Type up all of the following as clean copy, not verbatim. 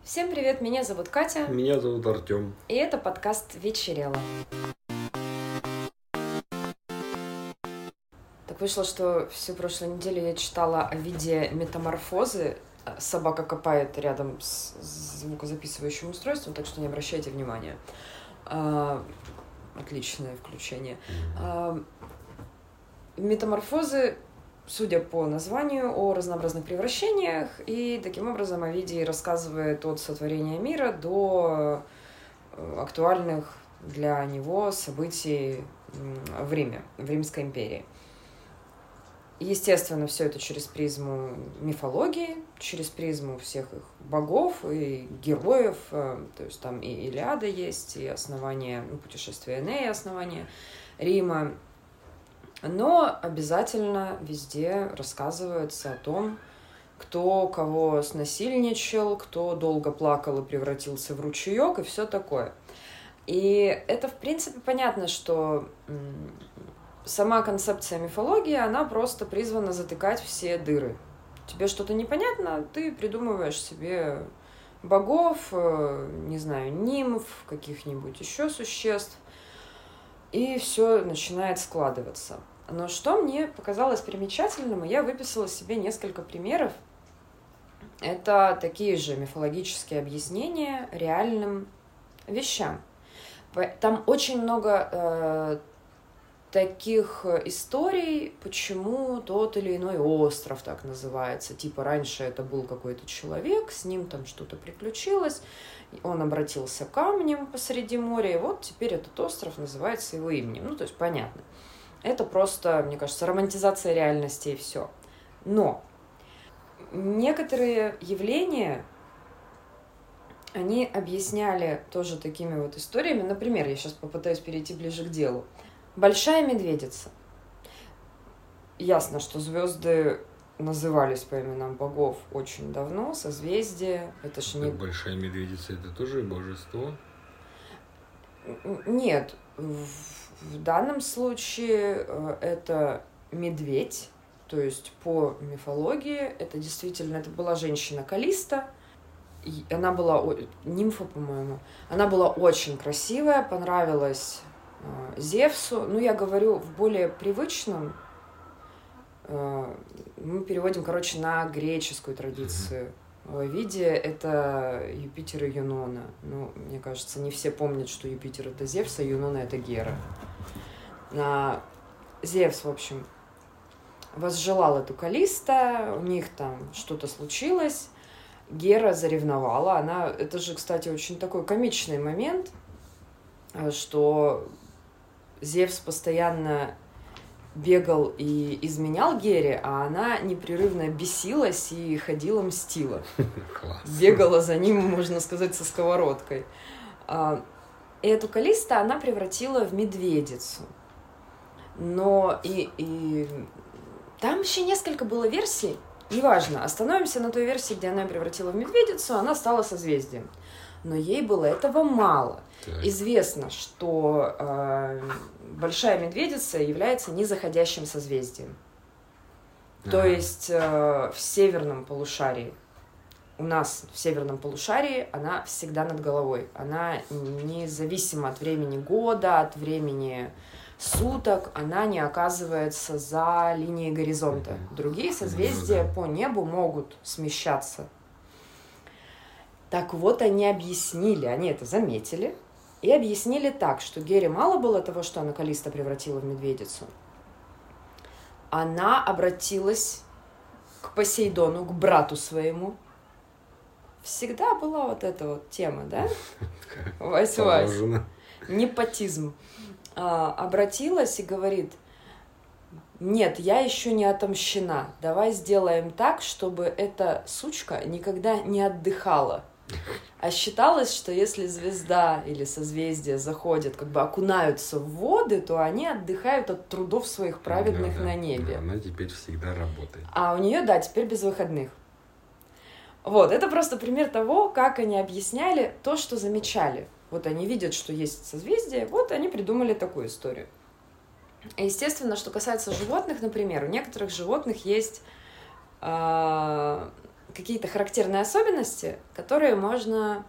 Всем привет, меня зовут Катя. Меня зовут Артем. И это подкаст «Вечерело». Так вышло, что всю прошлую неделю я читала о виде метаморфозы. Собака копает рядом с звукозаписывающим устройством, так что не обращайте внимания. Отличное включение. Метаморфозы, судя по названию, о разнообразных превращениях, и таким образом Овидий рассказывает от сотворения мира до актуальных для него событий в Риме, в Римской империи. Естественно, все это через призму мифологии, через призму всех их богов и героев. То есть там и Илиада есть, и основание, путешествие Энея, основание Рима. Но обязательно везде рассказывается о том, кто кого снасильничал, кто долго плакал и превратился в ручеек, и все такое. И это, в принципе, понятно, что сама концепция мифологии, она просто призвана затыкать все дыры. Тебе что-то непонятно, ты придумываешь себе богов, не знаю, нимф, каких-нибудь еще существ, и все начинает складываться. Но что мне показалось примечательным, я выписала себе несколько примеров. Это такие же мифологические объяснения реальным вещам. Там очень много таких историй, почему тот или иной остров так называется. Типа раньше это был какой-то человек, с ним там что-то приключилось, он обратился камнем посреди моря, и вот теперь этот остров называется его именем. То есть понятно. Это просто, мне кажется, романтизация реальности и все. Но некоторые явления, они объясняли тоже такими вот историями. Например, я сейчас попытаюсь перейти ближе к делу. Большая медведица. Ясно, что звезды назывались по именам богов очень давно, созвездия. Это ж не... Большая медведица — это тоже божество? Нет. В данном случае это медведь. То есть по мифологии это действительно... Это была женщина Калиста. Она была... Нимфа, по-моему. Она была очень красивая, понравилась Зевсу. Я говорю в более привычном, мы переводим, на греческую традицию. В Овидии это Юпитер и Юнона. Мне кажется, не все помнят, что Юпитер — это Зевс, а Юнона — это Гера. Зевс, в общем, возжелал эту Калиста, у них там что-то случилось, Гера заревновала. Это же, кстати, очень такой комичный момент, что Зевс постоянно бегал и изменял Гере, а она непрерывно бесилась и ходила мстила. Класс. Бегала за ним, можно сказать, со сковородкой. И эту Калиста она превратила в медведицу. Но и там еще несколько было версий. Неважно, остановимся на той версии, где она превратила в медведицу, она стала созвездием. Но ей было этого мало. Так. Известно, что Большая медведица является незаходящим созвездием. То есть в северном полушарии, у нас в северном полушарии она всегда над головой. Она независимо от времени года, от времени суток, она не оказывается за линией горизонта. Другие созвездия по небу могут смещаться. Так вот, они это заметили, и объяснили так, что Гере мало было того, что она Калиста превратила в медведицу. Она обратилась к Посейдону, к брату своему. Всегда была вот эта вот тема, да? Вась-вась. Непотизм. Обратилась и говорит: нет, я еще не отомщена. Давай сделаем так, чтобы эта сучка никогда не отдыхала. А считалось, что если звезда или созвездие заходят, окунаются в воды, то они отдыхают от трудов своих праведных на небе. Она теперь всегда работает. А у нее, теперь без выходных. Вот, это просто пример того, как они объясняли то, что замечали. Вот они видят, что есть созвездие, вот они придумали такую историю. И, естественно, что касается животных, например, у некоторых животных есть какие-то характерные особенности, которые можно,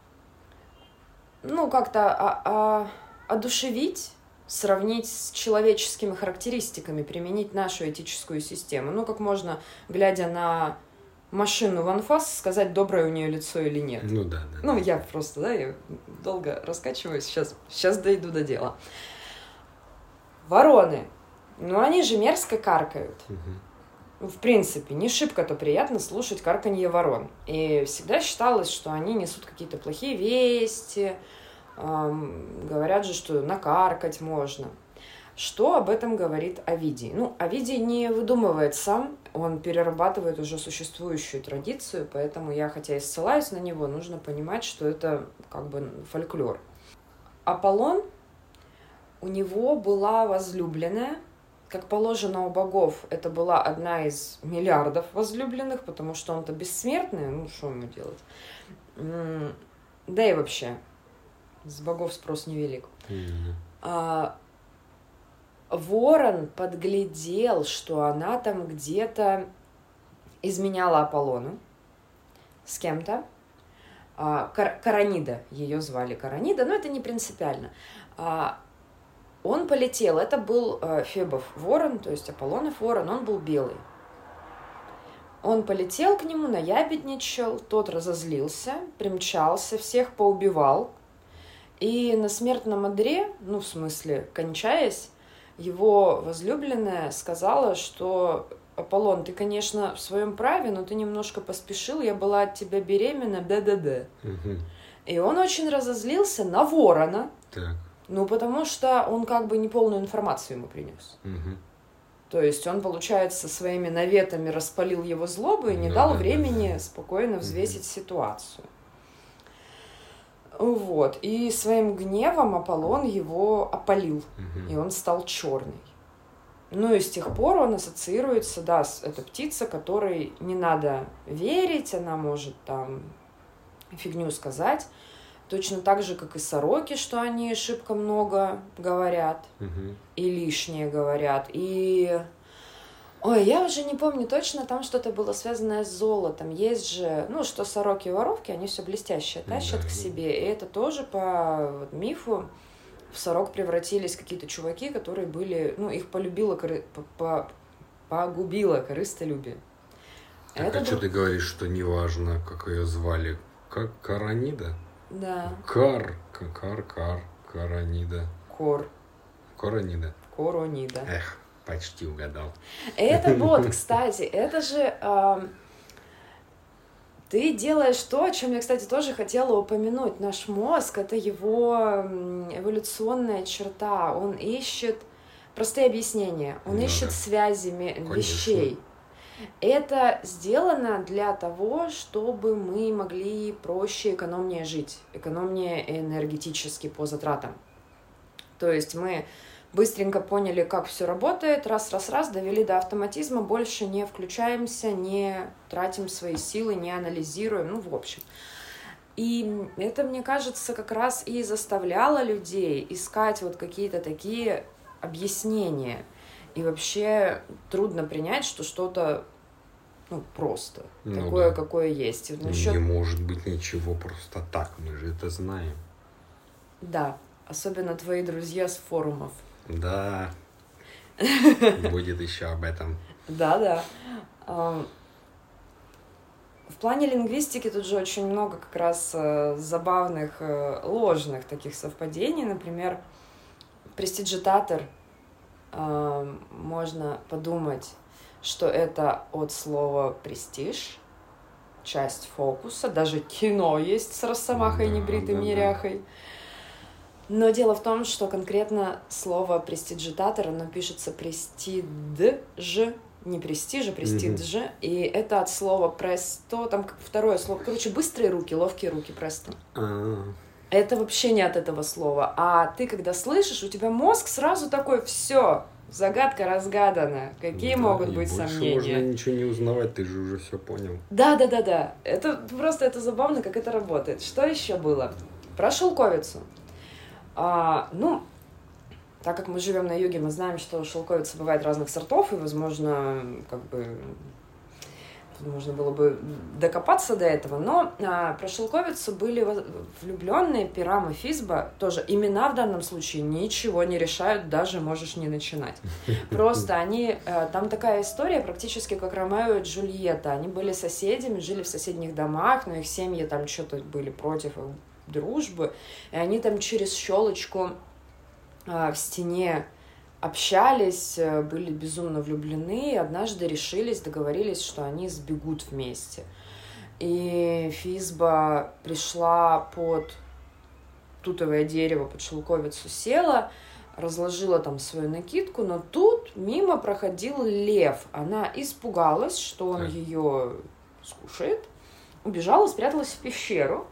ну, как-то одушевить, сравнить с человеческими характеристиками, применить нашу этическую систему. Ну, как можно, глядя на машину в анфас, сказать, доброе у нее лицо или нет. Ну да. Ну, я просто, да, я долго раскачиваюсь, сейчас дойду до дела. Вороны. Ну, они же мерзко каркают. В принципе, не шибко-то приятно слушать карканье ворон. И всегда считалось, что они несут какие-то плохие вести. Говорят же, что накаркать можно. Что об этом говорит Овидий? Ну, Овидий не выдумывает сам, он перерабатывает уже существующую традицию, поэтому я, хотя и ссылаюсь на него, нужно понимать, что это как бы фольклор. Аполлон, у него была возлюбленная, как положено у богов, это была одна из миллиардов возлюбленных, потому что он-то бессмертный, ну, что ему делать? Да и вообще, с богов спрос невелик. Ворон подглядел, что она там где-то изменяла Аполлону с кем-то. Коронида, ее звали Коронида, но это не принципиально. Он полетел, это был Фебов ворон, то есть Аполлонов ворон, он был белый. Он полетел к нему, наябедничал, тот разозлился, примчался, всех поубивал. И на смертном одре, ну, в смысле, кончаясь, его возлюбленная сказала, что Аполлон, ты, конечно, в своем праве, но ты немножко поспешил, я была от тебя беременна, да-да-да. И он очень разозлился на ворона, Так. ну, потому что он как бы неполную информацию ему принес. То есть он, получается, своими наветами распалил его злобу и не дал времени спокойно взвесить ситуацию. Вот. И своим гневом Аполлон его опалил, и он стал черный. Ну и с тех пор он ассоциируется, да, это птица, которой не надо верить, она может там фигню сказать. Точно так же, как и сороки, что они шибко много говорят и лишнее говорят. И, ой, я уже не помню точно, там что-то было связанное с золотом. Есть же, ну, что сороки и воровки, они все блестящее тащат к себе. И это тоже по мифу в сорок превратились какие-то чуваки, которые были, ну, их полюбило, погубило корыстолюбие. Так, это что ты говоришь, что неважно, как ее звали? Как Коронида? Да. Коронида. Коронида. Коронида. Эх, почти угадал. Это вот, кстати, это же ты делаешь то, о чем я, кстати, тоже хотела упомянуть. Наш мозг — это его эволюционная черта. Он ищет простые объяснения, он ищет связи вещей. Это сделано для того, чтобы мы могли проще, экономнее жить, экономнее энергетически по затратам. То есть мы быстренько поняли, как все работает, раз, довели до автоматизма, больше не включаемся, не тратим свои силы, не анализируем, ну, в общем. И это, мне кажется, как раз и заставляло людей искать вот какие-то такие объяснения. И вообще трудно принять, что что-то, ну, просто такое, какое есть. Не может быть ничего просто так, мы же это знаем. Да, особенно твои друзья с форумов. Да, будет еще об этом. Да. В плане лингвистики тут же очень много как раз забавных, ложных таких совпадений. Например, престиджитатор. Можно подумать, что это от слова «престиж», часть фокуса, даже кино есть с Росомахой небритой неряхой. Но дело в том, что конкретно слово «престиджитатор», оно пишется «престидж», не «престиж», а «престидж», и это от слова «престо», там как второе слово, короче, быстрые руки, ловкие руки, «престо». Это вообще не от этого слова. А ты, когда слышишь, у тебя мозг сразу такой: все, загадка разгадана. Какие могут быть сомнения? Можно ничего не узнавать, ты же уже все понял. Да. Это просто забавно, как это работает. Что еще было? Про шелковицу. Ну, так как мы живем на юге, мы знаем, что шелковица бывает разных сортов, и, возможно, как бы можно было бы докопаться до этого, но про шелковицу были влюбленные Пирам и Физба, тоже имена в данном случае ничего не решают, даже можешь не начинать. Просто они, там такая история практически как Ромео и Джульетта, они были соседями, жили в соседних домах, но их семьи там что-то были против их дружбы, и они там через щелочку в стене общались, были безумно влюблены, и однажды решились, договорились, что они сбегут вместе. И Физба пришла под тутовое дерево, под шелковицу села, разложила там свою накидку, но тут мимо проходил лев. Она испугалась, что он ее скушает, убежала, спряталась в пещеру.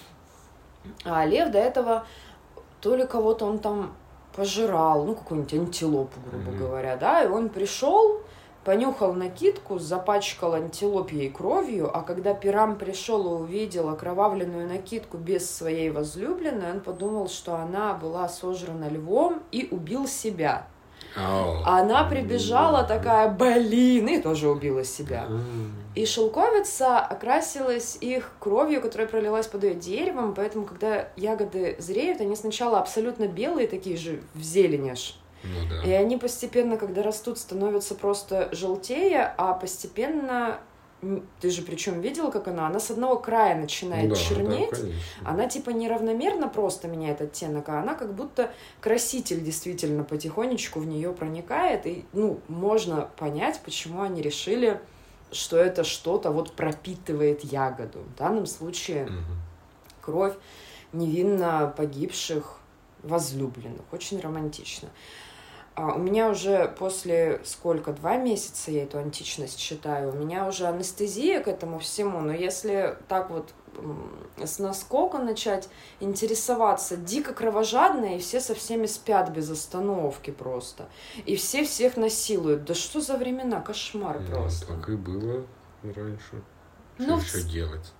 А лев до этого то ли кого-то он там пожирал, ну, какую-нибудь антилопу, грубо говоря, да, и он пришел, понюхал накидку, запачкал антилопьей кровью, а когда Пирам пришел и увидел окровавленную накидку без своей возлюбленной, он подумал, что она была сожрана львом и убил себя. Она прибежала такая, блин, и тоже убила себя. И шелковица окрасилась их кровью, которая пролилась под ее деревом, поэтому, когда ягоды зреют, они сначала абсолютно белые, такие же в зелени аж. Ну, да. И они постепенно, когда растут, становятся просто желтее, а постепенно... Ты же причем видела, как она с одного края начинает чернеть. Да, она типа неравномерно просто меняет оттенок, а она как будто краситель действительно потихонечку в нее проникает. И, ну, можно понять, почему они решили, что это что-то вот пропитывает ягоду. В данном случае кровь невинно погибших возлюбленных. Очень романтично. У меня уже после 2 месяца я эту античность читаю, у меня уже анестезия к этому всему, но если так вот с наскока начать интересоваться, дико кровожадно, и все со всеми спят без остановки просто, и все всех насилуют, да что за времена, кошмар просто. Так и было раньше. Что еще делать?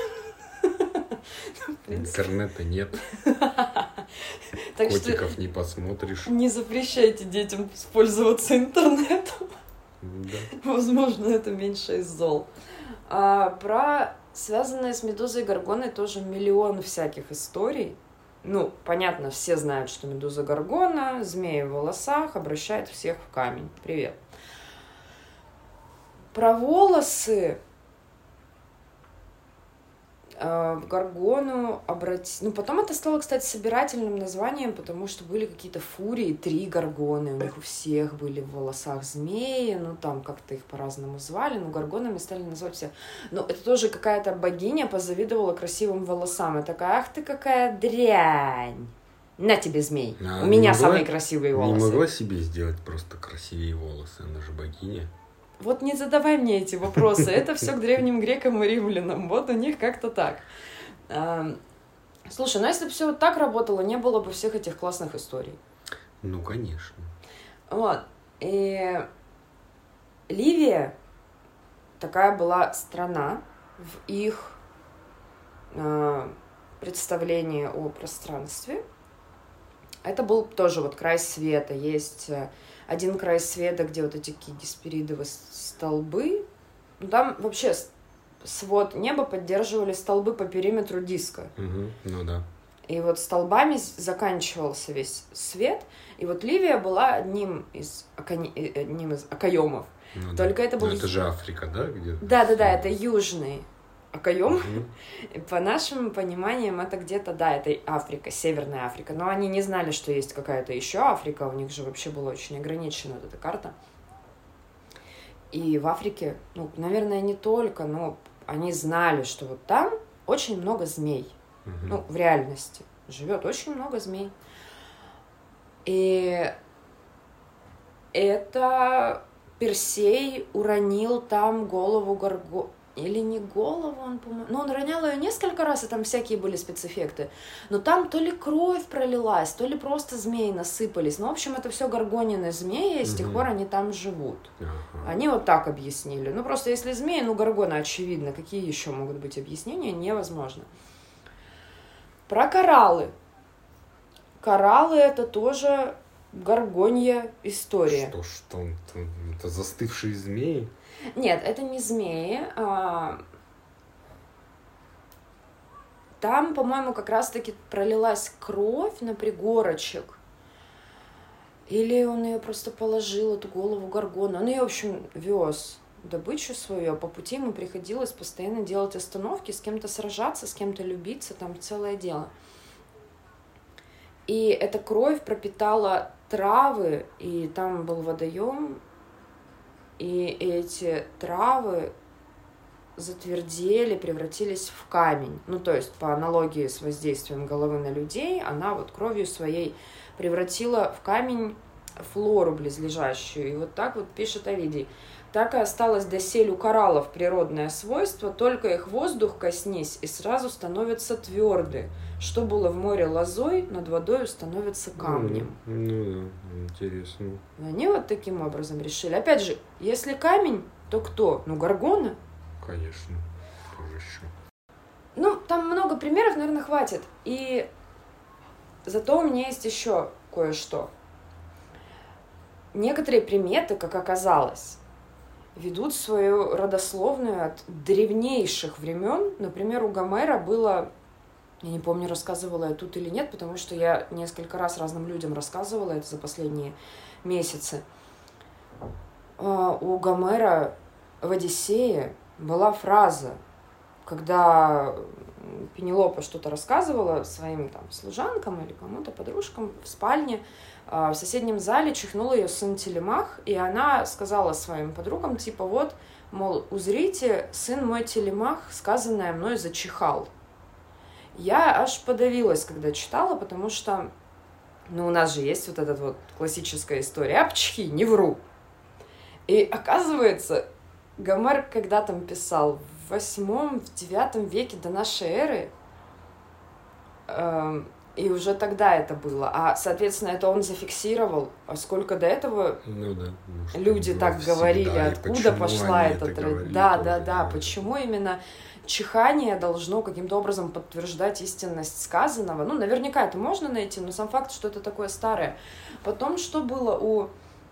Интернета нет. Котиков не посмотришь. Не запрещайте детям пользоваться интернетом. Да. Возможно, это меньше из зол. Про связанные с Медузой и Горгоной тоже миллион всяких историй. Ну, понятно, все знают, что Медуза Горгона, змеи в волосах, обращает всех в камень. Привет. Про волосы в Горгону ну, потом это стало, кстати, собирательным названием, потому что были какие-то фурии, 3 Горгоны, у них у всех были в волосах змеи, ну, там как-то их по-разному звали, но Горгонами стали называть все. Но это тоже какая-то богиня позавидовала красивым волосам, и такая, ах ты какая дрянь, на тебе, змей, у меня самые красивые волосы. Не могла себе сделать просто красивее волосы, она же богиня. Вот не задавай мне эти вопросы, это все к древним грекам и римлянам, вот у них как-то так. Слушай, ну если бы все вот так работало, не было бы всех этих классных историй. Ну, конечно. Вот, и Ливия такая была страна в их представлении о пространстве. Это был тоже вот край света, есть... Один край света, где вот эти гесперидовые столбы. Там вообще свод неба поддерживали столбы по периметру диска. Ну да. И вот столбами заканчивался весь свет. И вот Ливия была одним из окоемов. Ну, Только это был... это же Африка, да? Да, это южный окоем. По нашим пониманиям, это где-то, да, это Африка, Северная Африка. Но они не знали, что есть какая-то еще Африка. У них же вообще была очень ограничена вот эта карта. И в Африке, ну, наверное, не только, но они знали, что вот там очень много змей. Ну, в реальности живет очень много змей. И это Персей уронил там голову Горгоны. Или не голову он, по-моему... Ну, он ронял ее несколько раз, и там всякие были спецэффекты. Но там то ли кровь пролилась, то ли просто змеи насыпались. Ну, в общем, это все горгонины змеи, и с тех пор они там живут. Они вот так объяснили. Ну, просто если змеи, ну, горгоны, очевидно. Какие еще могут быть объяснения? Невозможно. Про кораллы. Кораллы — это тоже горгонья история. Что? Это застывшие змеи? Нет, это не змеи. Там, по-моему, как раз-таки пролилась кровь на пригорочек. Или он ее просто положил, эту голову горгона. Он ее, в общем, вез добычу свою, а по пути ему приходилось постоянно делать остановки, с кем-то сражаться, с кем-то любиться, там целое дело. И эта кровь пропитала травы, и там был водоем, и эти травы затвердели, превратились в камень. Ну, то есть, по аналогии с воздействием головы на людей, она вот кровью своей превратила в камень флору близлежащую. И вот так вот пишет Овидий. Так и осталось досель у кораллов природное свойство, только их воздух коснись, и сразу становятся тверды. Что было в море лозой, над водой становится камнем. Ну да, интересно. И они вот таким образом решили. Опять же, если камень, то кто? Ну, горгона. Конечно, тоже еще. Ну, там много примеров, наверное, хватит. И зато у меня есть еще кое-что. Некоторые приметы, как оказалось, ведут свою родословную от древнейших времен. Например, у Гомера было, я не помню, рассказывала я тут или нет, потому что я несколько раз разным людям рассказывала это за последние месяцы. У Гомера в «Одиссее» была фраза, когда Пенелопа что-то рассказывала своим там служанкам или кому-то, подружкам в спальне, в соседнем зале чихнул ее сын Телемах, и она сказала своим подругам, типа, вот, мол, узрите, сын мой Телемах, сказанное мной зачихал. Я аж подавилась, когда читала, потому что, ну, у нас же есть вот эта вот классическая история, апчхи, не вру. И оказывается, Гомер когда там писал, в 8-9 веке до нашей эры, и уже тогда это было. А, соответственно, это он зафиксировал. А сколько до этого люди так говорили, откуда пошла эта традиция. Да. Почему именно чихание должно каким-то образом подтверждать истинность сказанного? Ну, наверняка это можно найти, но сам факт, что это такое старое. Потом, что было у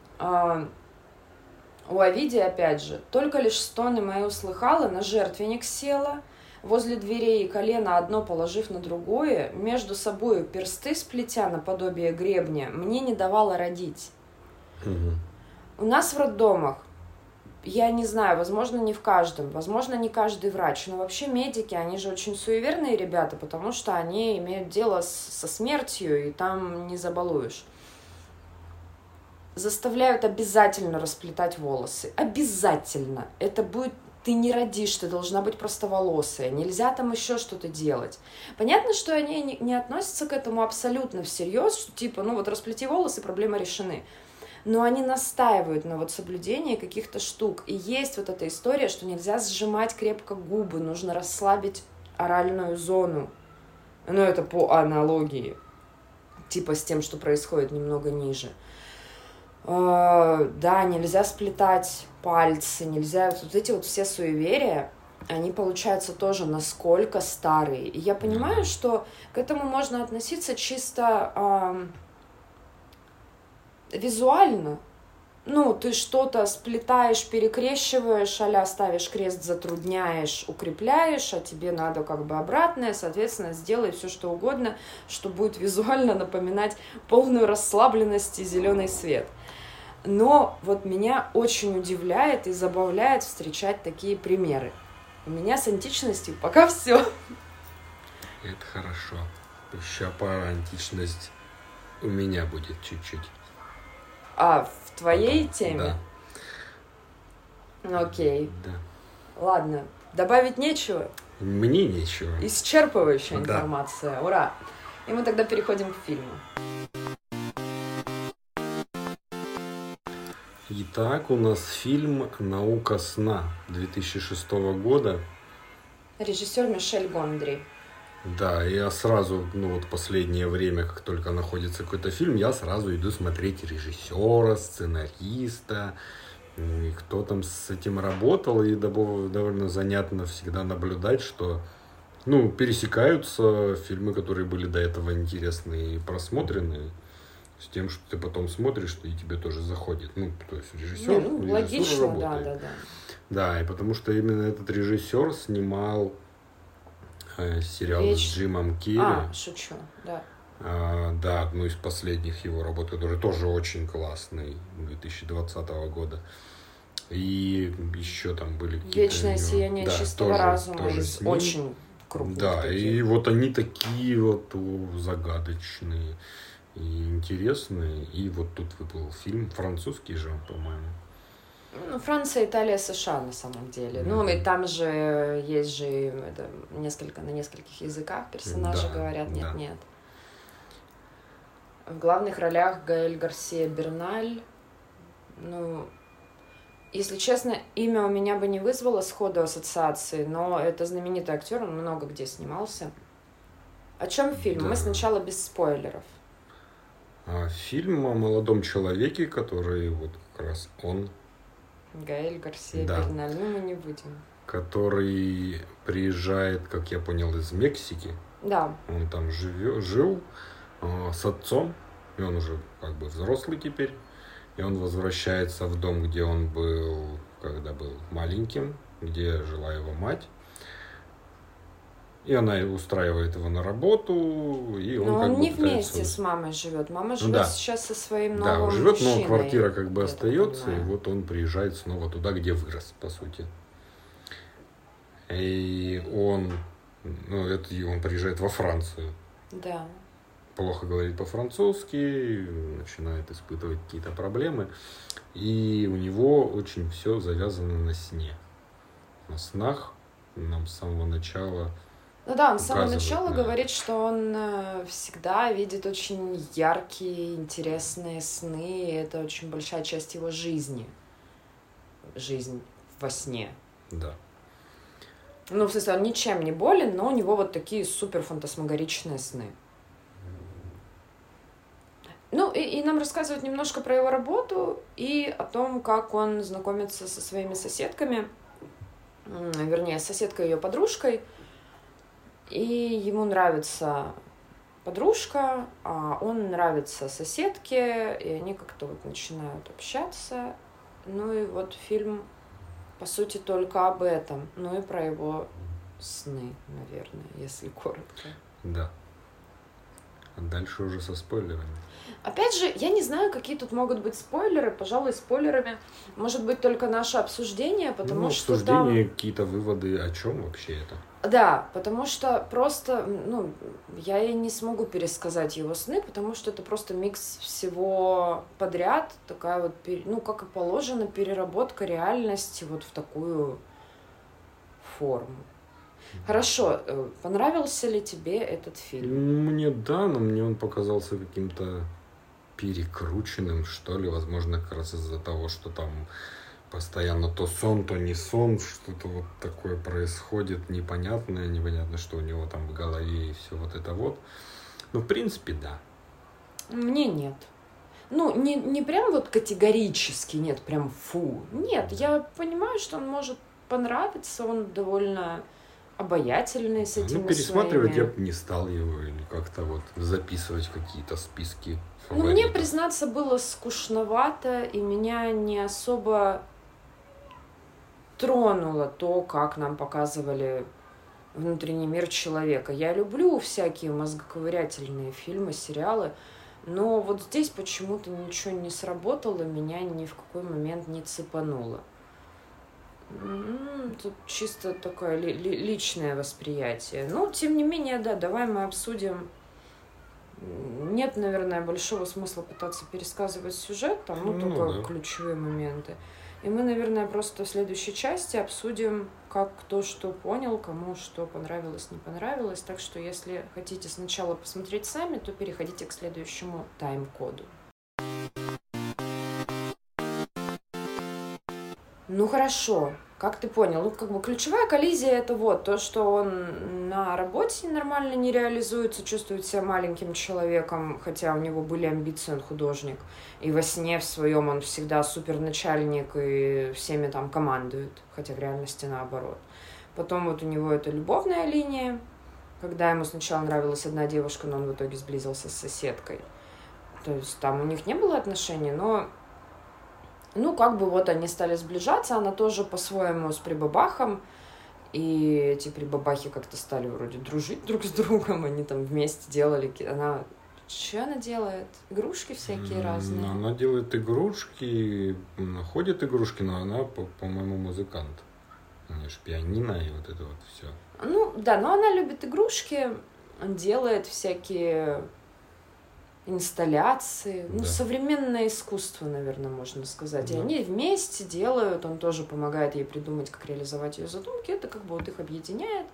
Овидия, опять же, только лишь стоны мои услыхала, на жертвенник села, возле дверей и колено одно положив на другое, между собою персты сплетя наподобие гребня, мне не давало родить. У нас в роддомах, я не знаю, возможно, не в каждом, возможно, не каждый врач, но вообще медики, они же очень суеверные ребята, потому что они имеют дело со смертью, и там не забалуешь. Заставляют обязательно расплетать волосы. Обязательно. Это будет... Ты не родишь, ты должна быть простоволосая. Нельзя там еще что-то делать. Понятно, что они не относятся к этому абсолютно всерьез, что типа, ну вот расплети волосы, проблемы решены. Но они настаивают на вот соблюдении каких-то штук. И есть вот эта история, что нельзя сжимать крепко губы, нужно расслабить оральную зону. Ну, это по аналогии. Типа с тем, что происходит немного ниже. Да, нельзя сплетать пальцы, нельзя... Вот эти вот все суеверия, они, получаются, тоже насколько старые. И я понимаю, что к этому можно относиться чисто визуально. Ну, ты что-то сплетаешь, перекрещиваешь, а-ля ставишь крест, затрудняешь, укрепляешь, а тебе надо как бы обратное, соответственно, сделай все что угодно, что будет визуально напоминать полную расслабленность и зеленый свет. Но вот меня очень удивляет и забавляет встречать такие примеры. У меня с античностью пока все. Это хорошо. Еще пара античность у меня будет чуть-чуть. А, в твоей теме? Да. Окей. Да. Ладно, добавить нечего? Мне нечего. Исчерпывающая информация. Ура! И мы тогда переходим к фильму. Итак, у нас фильм «Наука сна» 2006 года. Режиссер Мишель Гондри. Да, я сразу, вот последнее время, как только находится какой-то фильм, я сразу иду смотреть режиссера, сценариста, и кто там с этим работал, и довольно занятно всегда наблюдать, что, пересекаются фильмы, которые были до этого интересны и просмотрены. с тем, что ты потом смотришь, и тебе тоже заходит. Ну, то есть режиссер, логично, работает. Да. Да, и потому что именно этот режиссер снимал сериал с Джимом Керри. Шучу, да. Да, одну из последних его работ, который тоже очень классный, 2020 года. И еще там были какие-то... «Вечное сияние чистого разума» тоже из очень крупных. Да, таких. И вот они такие вот загадочные и интересные. И вот тут выплыл фильм, французский же, по-моему. Ну, Франция, Италия, США на самом деле. Ну, и там же есть же это, на нескольких языках персонажи говорят нет. В главных ролях Гаэль Гарсия Берналь. Ну, если честно, имя у меня бы не вызвало сходу ассоциации, но это знаменитый актер, он много где снимался. О чем фильм? Да. Мы сначала без спойлеров. Фильм о молодом человеке, который вот как раз он... Гаэль Гарсия Берналь, ну мы не будем. Который приезжает, как я понял, из Мексики. Да. Он там жил с отцом, и он уже как бы взрослый теперь. И он возвращается в дом, где он был, когда был маленьким, где жила его мать. И она устраивает его на работу, и он. Но он не вместе с мамой живет. Мама живет сейчас со своим новым мужчиной. Да, он живет, но квартира как бы остается, и вот он приезжает снова туда, где вырос, по сути. И он приезжает во Францию. Да. Плохо говорит по-французски, начинает испытывать какие-то проблемы. И у него очень все завязано на сне. На снах нам с самого начала... Ну да, он с самого начала говорит, что он всегда видит очень яркие, интересные сны, и это очень большая часть его жизни. Жизнь во сне. Да. Ну, в смысле, он ничем не болен, но у него вот такие супер фантасмагоричные сны. Ну, и нам рассказывают немножко про его работу и о том, как он знакомится со своими соседками, вернее, соседкой и ее подружкой. И ему нравится подружка, а он нравится соседке, и они как-то вот начинают общаться. Ну и вот фильм, по сути, только об этом. Ну и про его сны, наверное, если коротко. Да. А дальше уже со спойлерами. Опять же, я не знаю, какие тут могут быть спойлеры. Пожалуй, спойлерами может быть только наше обсуждение, потому что обсуждение, какие-то выводы, о чем вообще это? Да, потому что просто, я и не смогу пересказать его сны, потому что это просто микс всего подряд, такая вот, как и положено, переработка реальности вот в такую форму. Хорошо, понравился ли тебе этот фильм? Мне да, но мне он показался каким-то перекрученным, что ли, возможно, как раз из-за того, что там постоянно то сон, то не сон, что-то вот такое происходит непонятно, что у него там в голове и все вот это вот. Ну, в принципе, да. Мне нет. Не прям вот категорически нет, прям фу. Нет, я понимаю, что он может понравиться, он довольно обаятельный с этими пересматривать своими... я бы не стал его или как-то вот записывать какие-то списки фаворитов. Ну, мне, признаться, было скучновато, и меня не особо тронуло то, как нам показывали внутренний мир человека. Я люблю всякие мозгоковырятельные фильмы, сериалы, но вот здесь почему-то ничего не сработало, меня ни в какой момент не цепануло. Тут чисто такое личное восприятие. Но, тем не менее, да, давай мы обсудим. Нет, наверное, большого смысла пытаться пересказывать сюжет, там, только ключевые моменты. И мы, наверное, просто в следующей части обсудим, как кто что понял, кому что понравилось, не понравилось. Так что, если хотите сначала посмотреть сами, то переходите к следующему тайм-коду. Ну хорошо, как ты понял? Ключевая коллизия это вот то, что он на работе нормально не реализуется, чувствует себя маленьким человеком, хотя у него были амбиции, он художник. И во сне в своем он всегда суперначальник и всеми там командует, хотя в реальности наоборот. Потом вот у него это любовная линия, когда ему сначала нравилась одна девушка, но он в итоге сблизился с соседкой. То есть там у них не было отношений, но, ну, как бы вот они стали сближаться, она тоже по-своему с прибабахом, и эти прибабахи как-то стали вроде дружить друг с другом, они там вместе делали, она... Что она делает? Игрушки всякие разные? Ну, она делает игрушки, находит игрушки, но она, по-моему, музыкант. У нее же пианино и вот это вот все. Ну, да, но она любит игрушки, делает всякие инсталляции, ну, Да. современное искусство, наверное, можно сказать. И Да. они вместе делают, он тоже помогает ей придумать, как реализовать ее задумки, это как бы вот их объединяет.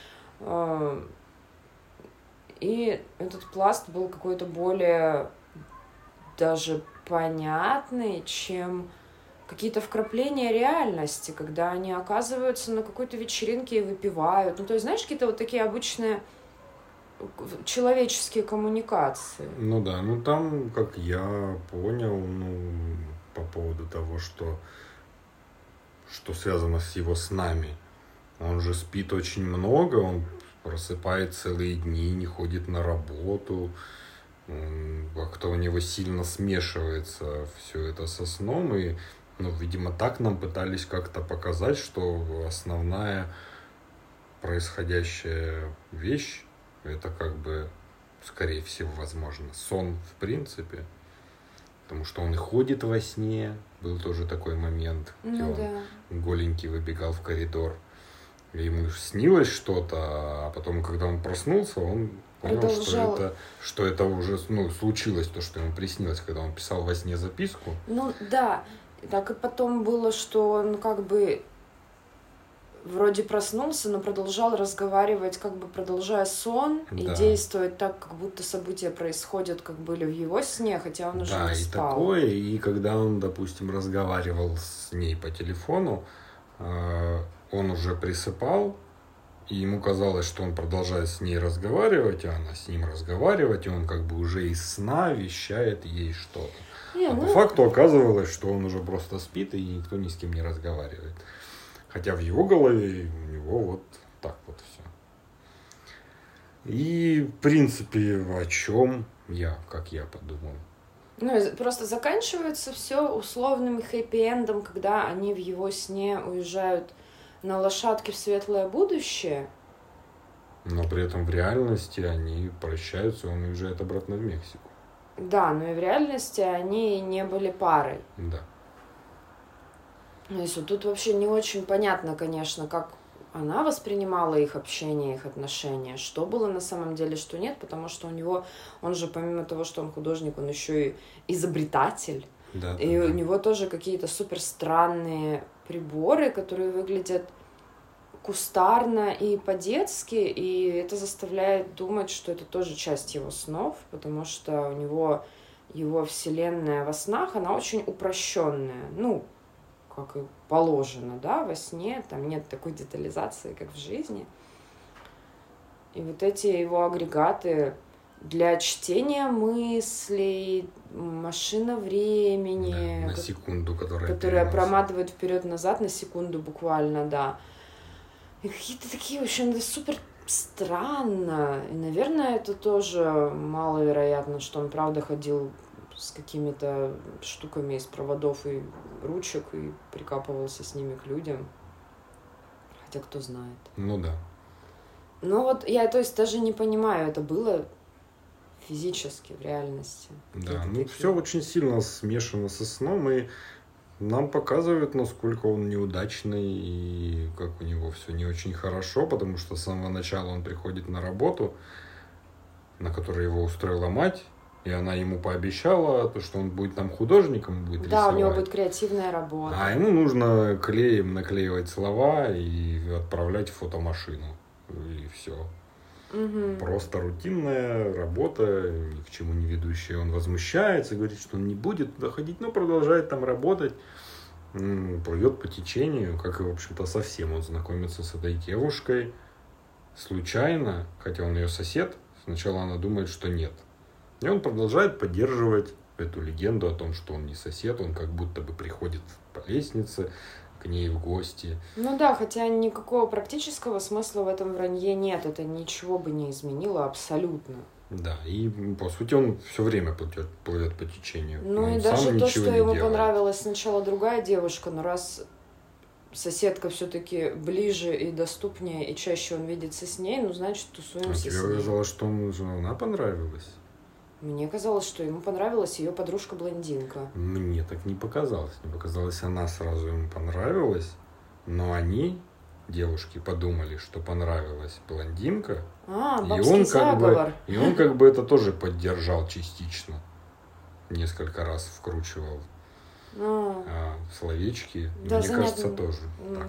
И этот пласт был какой-то более даже понятный, чем какие-то вкрапления реальности, когда они оказываются на какой-то вечеринке и выпивают. Ну, то есть, знаешь, какие-то вот такие обычные человеческие коммуникации. Ну да, ну там, как я понял, ну, по поводу того, что связано с его снами. Он же спит очень много, он просыпает целые дни, не ходит на работу. Как-то у него сильно смешивается все это со сном. И, ну, видимо, так нам пытались как-то показать, что основная происходящая вещь — это как бы, скорее всего, возможно, сон в принципе. Потому что он и ходит во сне. Был тоже такой момент, где Ну он да. голенький выбегал в коридор. И ему снилось что-то, а потом, когда он проснулся, он понял, Продолжал. что это уже, ну, случилось, то, что ему приснилось, когда он писал во сне записку. Ну да, так и потом было, что он как бы вроде проснулся, но продолжал разговаривать, как бы продолжая сон, и Да. действовать так, как будто события происходят, как были в его сне, хотя он уже Да, не и спал. такое. И когда он, допустим, разговаривал с ней по телефону, он уже присыпал, и ему казалось, что он продолжает с ней разговаривать, а она с ним разговаривать, и он как бы уже из сна вещает ей что-то. Не, А ну, по факту оказывалось, что он уже просто спит, и никто ни с кем не разговаривает. Хотя в его голове у него вот так вот все. И, в принципе, о чем как я подумал. ну, просто заканчивается все условным хэппи-эндом, когда они в его сне уезжают на лошадке в светлое будущее. Но при этом в реальности они прощаются, и он уезжает обратно в Мексику. Да, но и в реальности они не были парой. Да. То есть вот тут вообще не очень понятно, конечно, как она воспринимала их общение, их отношения, что было на самом деле, что нет, потому что у него, он же помимо того, что он художник, он еще и изобретатель. Да, И да, у да. него тоже какие-то супер странные приборы, которые выглядят кустарно и по-детски, и это заставляет думать, что это тоже часть его снов, потому что у него его вселенная во снах, она очень упрощенная, ну, как и положено, да, во сне, там нет такой детализации, как в жизни. И вот эти его агрегаты для чтения мыслей, машина времени, Да, на секунду, которая которая переносит. проматывает вперед-назад на секунду буквально, да. И какие-то такие, в общем, супер странно. И, наверное, это тоже маловероятно, что он правда ходил с какими-то штуками из проводов и ручек и прикапывался с ними к людям. Хотя кто знает. Ну да. Ну вот я, то есть, даже не понимаю, это было физически в реальности. Да, Какие-то ну такие. все очень сильно смешано со сном, и нам показывают, насколько он неудачный, и как у него все не очень хорошо, потому что с самого начала он приходит на работу, на которой его устроила мать, и она ему пообещала, то, что он будет там художником, будет Да, рисовать. у него будет креативная работа. А ему нужно клеем наклеивать слова и отправлять в фотомашину. И все. Мгм. Просто рутинная работа, ни к чему не ведущая. Он возмущается, говорит, что он не будет туда ходить, но продолжает там работать. Плывет по течению, как и, в общем-то, совсем. Он знакомится с этой девушкой случайно, хотя он ее сосед. Сначала она думает, что нет. И он продолжает поддерживать эту легенду о том, что он не сосед. Он как будто бы приходит по лестнице, к ней в гости. Ну да, хотя никакого практического смысла в этом вранье нет. Это ничего бы не изменило абсолютно. Да, и по сути он все время плывет по течению. Ну он и даже то, что ему делает. понравилась сначала другая девушка, но раз соседка все-таки ближе и доступнее, и чаще он видится с ней, ну значит тусуемся с тебе ней. казалось, что она понравилась? Мне казалось, что ему понравилась ее подружка-блондинка. Мне так не показалось. Мне показалось, она сразу ему понравилась, но они, девушки, подумали, что понравилась блондинка. Бабский заговор. И он как бы это тоже поддержал частично. Несколько раз вкручивал словечки. Да, мне занятно. кажется, тоже так.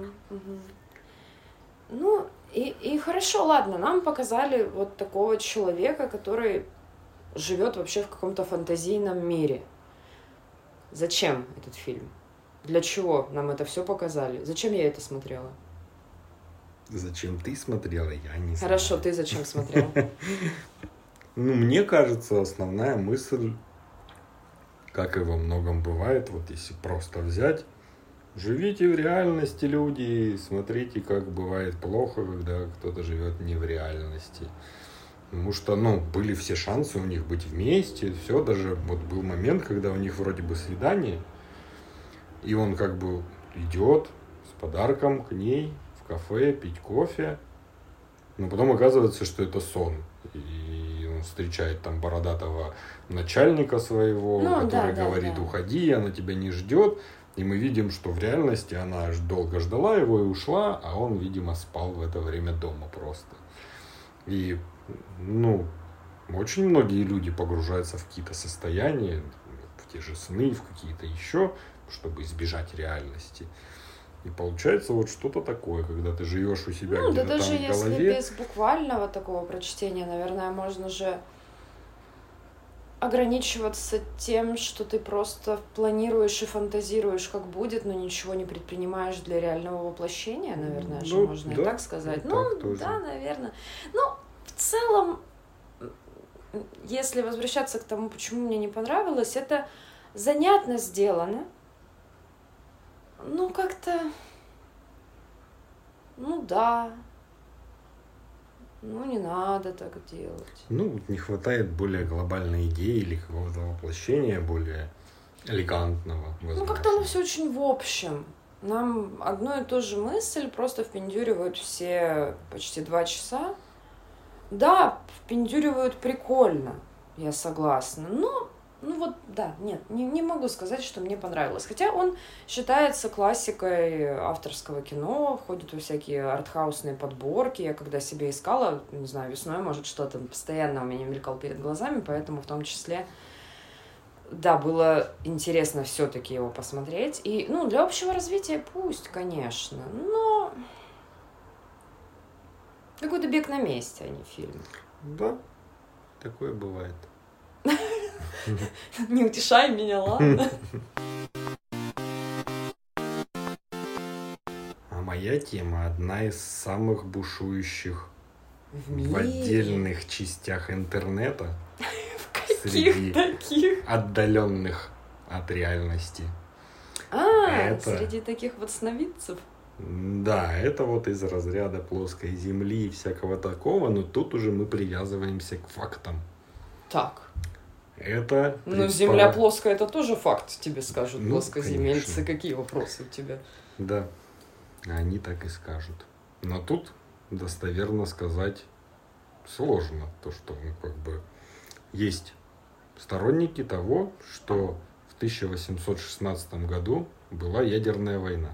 Ну, и хорошо, ладно, нам показали вот такого человека, который живет вообще в каком-то фантазийном мире. Зачем этот фильм? Для чего нам это все показали? Зачем я это смотрела? Зачем ты смотрела? Я не знаю. Хорошо, ты зачем смотрел? Ну, мне кажется, основная мысль, как и во многом бывает, вот если просто взять, живите в реальности, люди, смотрите, как бывает плохо, когда кто-то живет не в реальности. Потому что, были все шансы у них быть вместе, все, даже вот был момент, когда у них вроде бы свидание, и он как бы идет с подарком к ней в кафе пить кофе, но потом оказывается, что это сон. И он встречает там бородатого начальника своего, который говорит: уходи, она тебя не ждет. И мы видим, что в реальности она долго ждала его и ушла, а он, видимо, спал в это время дома просто. И, очень многие люди погружаются в какие-то состояния, в те же сны, в какие-то еще, чтобы избежать реальности. И получается вот что-то такое, когда ты живешь у себя где-то да даже там в голове. если без буквального такого прочтения, наверное, можно же ограничиваться тем, что ты просто планируешь и фантазируешь, как будет, но ничего не предпринимаешь для реального воплощения, наверное, же можно и так сказать. Так тоже. Да, наверное. В целом, если возвращаться к тому, почему мне не понравилось, это занятно сделано. Как-то... да. Не надо так делать. Не хватает более глобальной идеи или какого-то воплощения более элегантного, возможно. Как-то оно все очень в общем. Нам одну и ту же мысль просто впендюривают все почти 2 часа. Да, впендюривают прикольно, я согласна. Не могу сказать, что мне понравилось. Хотя он считается классикой авторского кино, входит во всякие артхаусные подборки. Я когда себе искала, не знаю, весной, может, что-то постоянно у меня мелькало перед глазами, поэтому в том числе, да, было интересно все-таки его посмотреть. И, для общего развития пусть, конечно, но какой-то бег на месте, а не фильм. Да, такое бывает. Не утешай меня, ладно? А моя тема одна из самых бушующих в отдельных частях интернета. В каких таких? Отдаленных от реальности. Среди таких вот сновидцев? Да, это вот из разряда плоской земли и всякого такого, но тут уже мы привязываемся к фактам. Так. Это... Земля плоская, это тоже факт, тебе скажут плоскоземельцы. Конечно. Какие вопросы у тебя? Да, они так и скажут. Но тут достоверно сказать сложно. То, что есть сторонники того, что в 1816 году была ядерная война.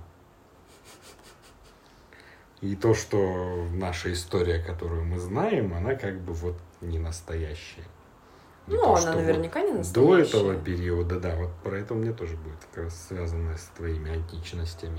И то, что наша история, которую мы знаем, она не настоящая. Она наверняка не настоящая. До этого периода, да, вот про это у меня тоже будет как раз связано с твоими античностями.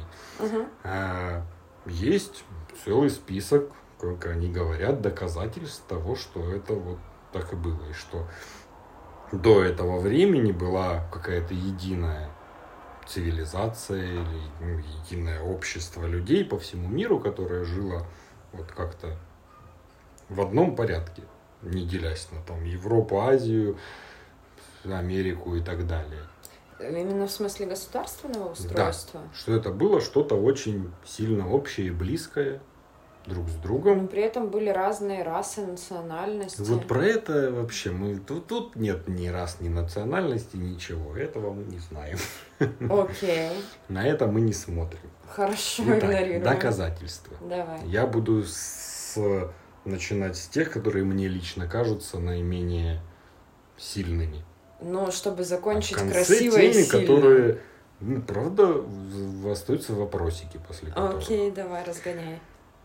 Есть целый список, как они говорят, доказательств того, что это вот так и было. И что до этого времени была какая-то единая цивилизация или единое общество людей по всему миру, которое жило вот как-то в одном порядке, не делясь на Европу, Азию, Америку и так далее. Именно в смысле государственного устройства? Да, что это было что-то очень сильно общее и близкое друг с другом. Но при этом были разные расы, национальности. Вот про это вообще мы тут нет ни рас, ни национальности, ничего. Этого мы не знаем. Окей. На это мы не смотрим. Хорошо, Итак, игнорируем. доказательства. Давай. Я буду начинать с тех, которые мне лично кажутся наименее сильными. Ну, чтобы закончить в конце красиво теми, и сильно. которые, правда, остаются вопросики после которых. Окей, давай, разгоняй.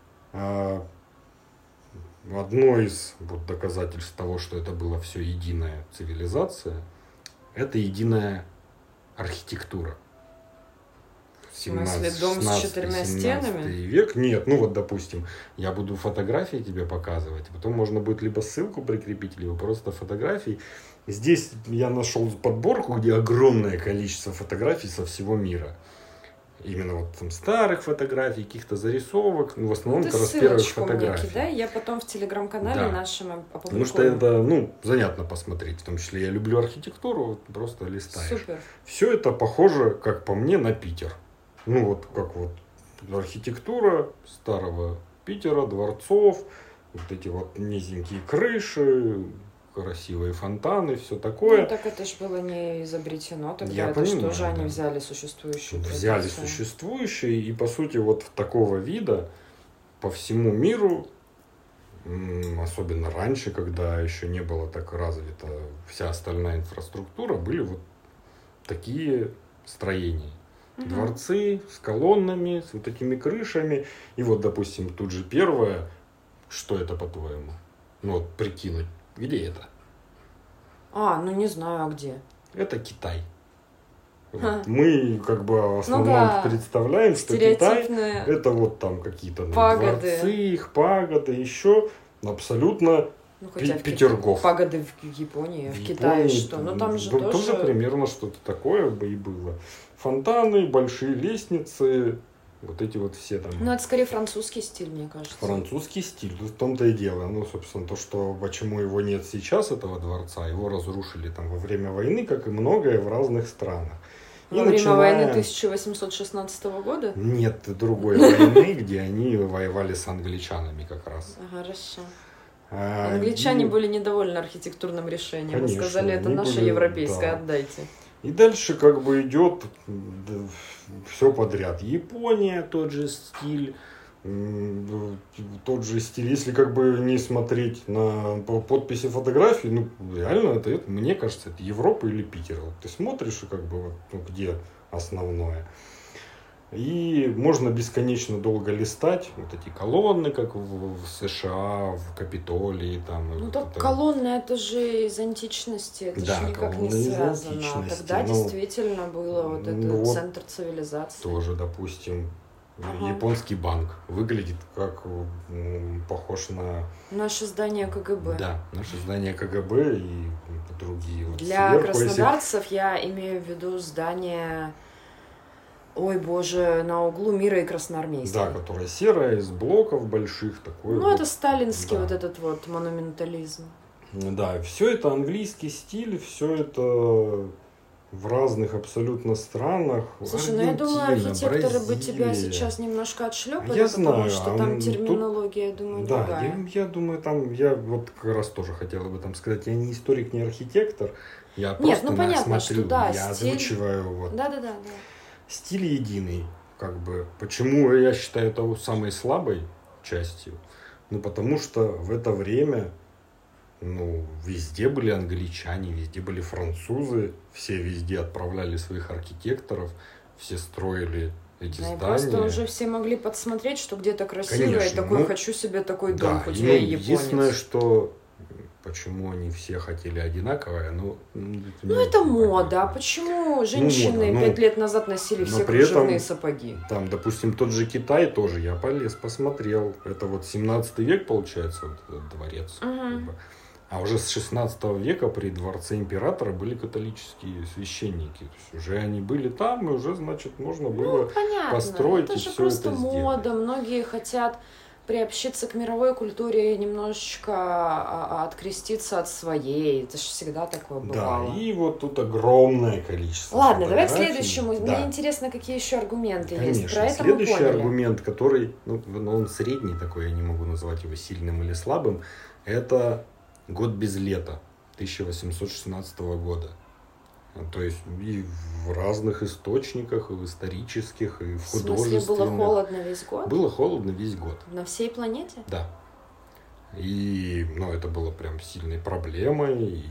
Одно из доказательств того, что это была все единая цивилизация, это единая архитектура. В смысле, дом с 4 стенами? Век. Нет, допустим, я буду фотографии тебе показывать, потом можно будет либо ссылку прикрепить, либо просто фотографии. Здесь я нашел подборку, где огромное количество фотографий со всего мира. Именно там старых фотографий, каких-то зарисовок, в основном как раз первых фотографий. Мне кидай, я потом в телеграм-канале нашем опубликую. Потому что это, занятно посмотреть, в том числе я люблю архитектуру, просто листаешь. Супер. Все это похоже, как по мне, на Питер. Как архитектура старого Питера, дворцов, эти низенькие крыши, красивые фонтаны, все такое. Так это ж было не изобретено тогда, Я это понимаю, тоже они взяли существующую Взяли существующие, и по сути такого вида по всему миру, особенно раньше, когда еще не была так развита вся остальная инфраструктура, были такие строения. Дворцы с колоннами, с такими крышами. И допустим, тут же первое, что это, по-твоему? Прикинуть, где это? Не знаю, а где? Это Китай. Мы в основном представляем, что Китай это там какие-то дворцы, их пагоды, еще абсолютно Петергоф. Пагоды в Японии, в Китае что? Там же тоже примерно что-то такое и было. Фонтаны, большие лестницы, эти все там. Это скорее французский стиль, мне кажется. Французский стиль, в том-то и дело. Собственно, почему его нет сейчас, этого дворца, его разрушили во время войны, как и многое в разных странах. Во время войны 1816 года? Нет, другой войны, где они воевали с англичанами как раз. Хорошо. Англичане были недовольны архитектурным решением. Конечно, сказали, это наше европейское, отдайте. И дальше идет все подряд. Япония, тот же стиль. Если не смотреть на подписи фотографий, реально это, мне кажется, это Европа или Питер. Ты смотришь, где основное. И можно бесконечно долго листать эти колонны, как в США, в Капитолии. Колонны это же из античности, это же никак не связано. Тогда действительно было этот центр цивилизации. Тоже, допустим, японский банк выглядит похож на... Наше здание КГБ. Да, наше здание КГБ и другие. Для краснодарцев я имею в виду здание... на углу Мира и Красноармейской. Да, которая серая, из блоков больших. Это сталинский этот монументализм. Да, все это английский стиль, все это в разных абсолютно странах. Слушай, я думаю, архитекторы бы тебя сейчас немножко отшлепали, потому что там терминология, я думаю, другая. Да, я думаю, я как раз тоже хотела бы сказать, я не историк, не архитектор, я просто понятно, смотрю, я озвучиваю. Да. Стиль единый, Почему я считаю это самой слабой частью? Потому что в это время, везде были англичане, везде были французы, все везде отправляли своих архитекторов, все строили эти здания. Просто уже все могли подсмотреть, что где-то красиво, Конечно, и хочу себе такой дом, хоть я и японец. Единственное, что... Почему они все хотели одинаковое? Это мода. А почему женщины 5 лет назад носили все кружевные сапоги? Там, допустим, тот же Китай тоже. Я полез, посмотрел. Это 17 век, получается, этот дворец. А уже с 16 века при дворце императора были католические священники. То есть уже они были там, и уже, можно было построить это и же все просто это мода. сделать. Многие хотят приобщиться к мировой культуре и немножечко откреститься от своей. Это же всегда такое бывало. Да, и вот тут огромное количество. Ладно, давай к фотографий. следующему. Да. Мне интересно, какие еще аргументы Конечно. есть. Про это Следующий мы поняли. аргумент, который, он средний такой, я не могу назвать его сильным или слабым, это год без лета 1816 года. То есть и в разных источниках, и в исторических, и в художественных. В смысле, было холодно весь год? Было холодно весь год. На всей планете? Да. И, это было прям сильной проблемой. И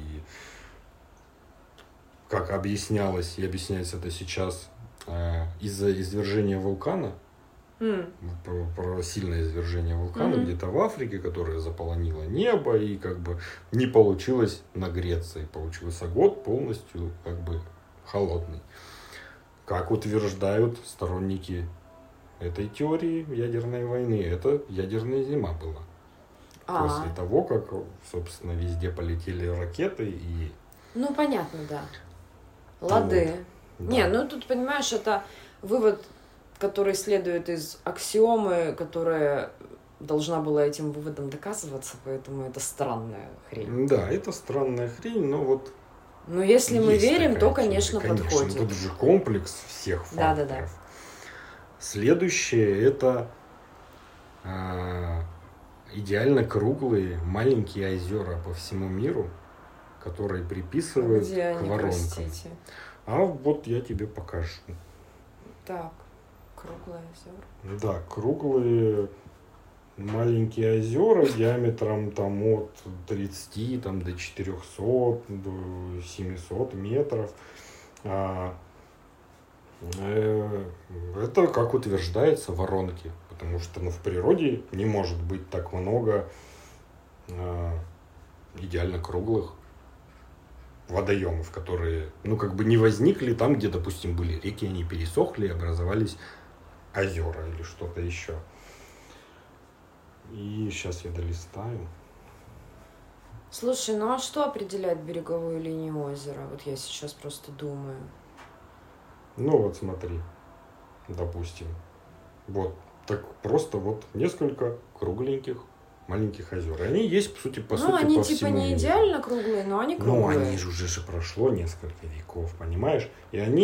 как объяснялось, и объясняется это сейчас, из-за извержения вулкана, про сильное извержение вулкана где-то в Африке, которое заполонило небо, и как бы не получилось нагреться, и получился год полностью как бы холодный. Как утверждают сторонники этой теории ядерной войны, это ядерная зима была. После того, как, собственно, везде полетели ракеты и... Ну, понятно, да. Лады. Вот. Не, Да. тут, понимаешь, это вывод, который следует из аксиомы, которая должна была этим выводом доказываться, поэтому это странная хрень. Да, это странная хрень, но вот... Но если мы верим, такая то, конечно, теория. подходит. Тут же комплекс всех факторов. Да. Следующее это идеально круглые маленькие озера по всему миру, которые приписывают Где к они, воронкам. простите? А вот я тебе покажу. Так, круглые озера. Да, круглые маленькие озера диаметром там от 30 там, до 400, до 700 метров. Это, как утверждается, воронки. Потому что в природе не может быть так много идеально круглых водоемов, которые, не возникли там, где, допустим, были реки, они пересохли и образовались озера или что-то еще. И сейчас я долистаю. Слушай, ну а что определяет береговую линию озера? Вот я сейчас просто думаю. Вот смотри, допустим, вот так просто вот несколько кругленьких маленьких озер. Они есть, по сути, они по типа всему не миру. идеально круглые, но они круглые. Они же уже прошло несколько веков, понимаешь? И они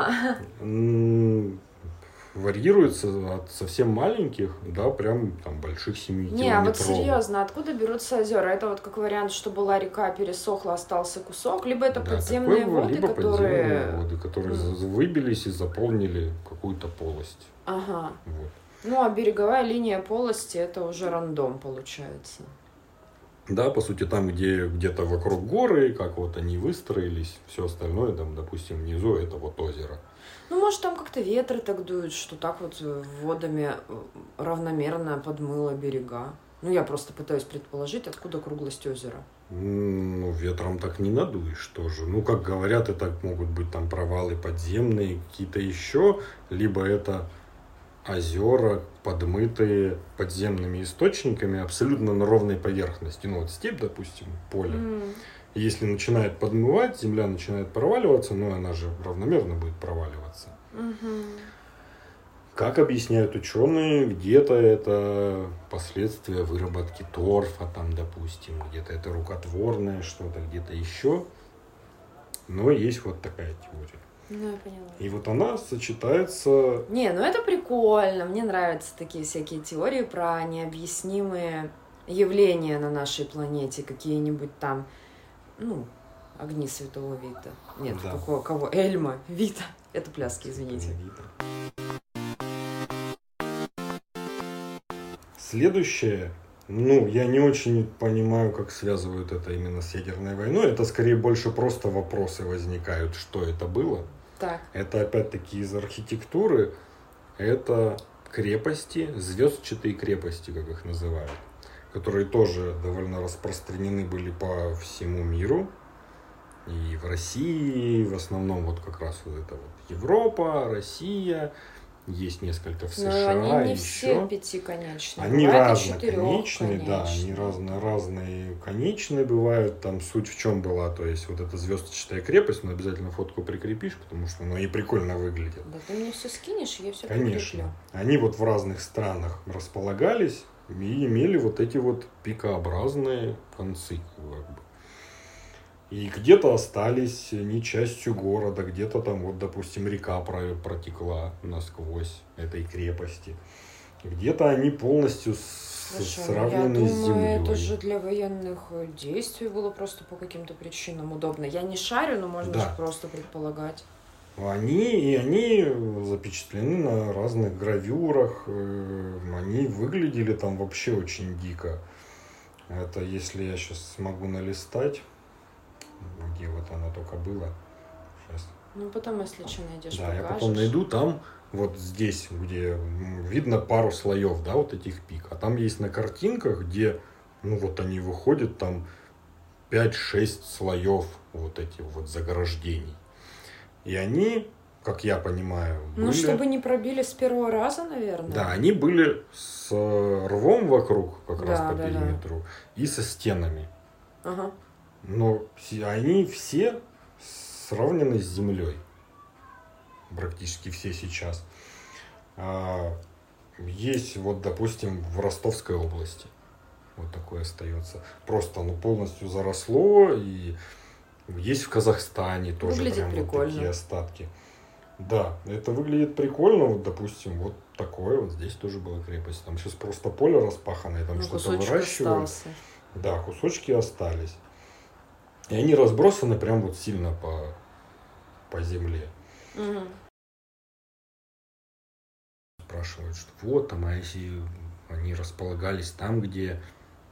варьируются от совсем маленьких до прям там больших 7 Не, а вот километровых. серьезно, откуда берутся озера? Это вот как вариант, что была река, пересохла, остался кусок, либо это подземные воды, либо которые... подземные воды, которые выбились и заполнили какую-то полость. Ага. Вот. Ну, а береговая линия полости, это уже рандом получается. Да, по сути, там, где где-то вокруг горы, как вот они выстроились, все остальное, там, допустим, внизу это вот озеро. Ну, может, там как-то ветры так дуют, что так вот водами равномерно подмыло берега. Ну, я просто пытаюсь предположить, откуда круглость озера. Ветром так не надуешь тоже. Как говорят, это могут быть там провалы подземные, какие-то еще, либо это озера, подмытые подземными источниками абсолютно на ровной поверхности. Степь, допустим, поле. Если начинает подмывать, земля начинает проваливаться, но она же равномерно будет проваливаться. Как объясняют ученые, где-то это последствия выработки торфа, там, допустим, где-то это рукотворное что-то, где-то еще. Но есть вот такая теория. Ну, я поняла. И вот она сочетается... Не, это прикольно. Мне нравятся такие всякие теории про необъяснимые явления на нашей планете. Какие-нибудь там, огни Святого Вита. Нет, Да. кого? Эльма, Вита. Это пляски, извините. Следующее, я не очень понимаю, как связывают это именно с ядерной войной. Это скорее больше просто вопросы возникают, что это было. Так. Это опять-таки из архитектуры. Это крепости, звездчатые крепости, как их называют, которые тоже довольно распространены были по всему миру. И в России, в основном вот как раз вот это вот Европа, Россия, есть несколько в США. Но они не еще. все пятиконечные. Они бывают разноконечные, да, они разные конечные бывают. Там суть в чем была, то есть вот эта звездчатая крепость, обязательно фотку прикрепишь, потому что и прикольно выглядит. Да ты мне все скинешь, я все Конечно. Они вот в разных странах располагались, и имели вот эти вот пикообразные концы, как бы. И где-то остались не частью города, где-то там, вот, допустим, река протекла насквозь этой крепости. Где-то они полностью сравнены с землей. Это же для военных действий было просто по каким-то причинам удобно. Я не шарю, но можно же просто предполагать. Они запечатлены на разных гравюрах. Они выглядели там вообще очень дико. Это если я сейчас смогу налистать. Где вот оно только было. Сейчас. Ну, потом, если что, найдешь, да, покажешь. Я потом найду там, вот здесь, где видно пару слоев, да, вот этих пик. А там есть на картинках, где, ну, вот они выходят, там 5-6 слоев вот этих вот заграждений. И они, как я понимаю, были... Ну, чтобы не пробили с первого раза, наверное. Да, они были с рвом вокруг, как раз по периметру, и со стенами. Ага. Но они все сравнены с землей. Практически все сейчас. Есть, вот, допустим, в Ростовской области. Вот такое остается. Просто оно полностью заросло. И есть в Казахстане тоже выглядит прям прикольно. Вот такие остатки. Да, это выглядит прикольно. Вот, допустим, вот такое. Вот здесь тоже была крепость. Там сейчас просто поле распаханное, там что-то выращивают. Остался. Да, кусочки остались. И они разбросаны прям вот сильно по земле. Угу. Спрашивают, что вот там, а если они располагались там, где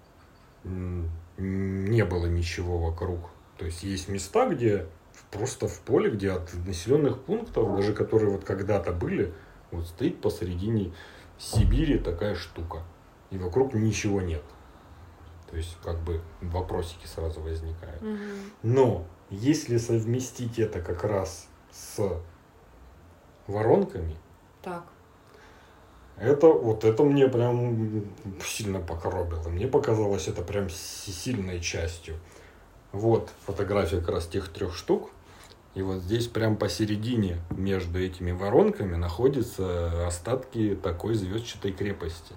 не было ничего вокруг. То есть есть места, где просто в поле, где от населенных пунктов, даже которые вот когда-то были, вот стоит посередине Сибири такая штука. И вокруг ничего нет. То есть, как бы, вопросики сразу возникают. Угу. Но, если совместить это как раз с воронками, так. это мне прям сильно покоробило. Мне показалось это прям сильной частью. Вот фотография как раз тех 3 штук. И вот здесь прям посередине между этими воронками находятся остатки такой звездчатой крепости.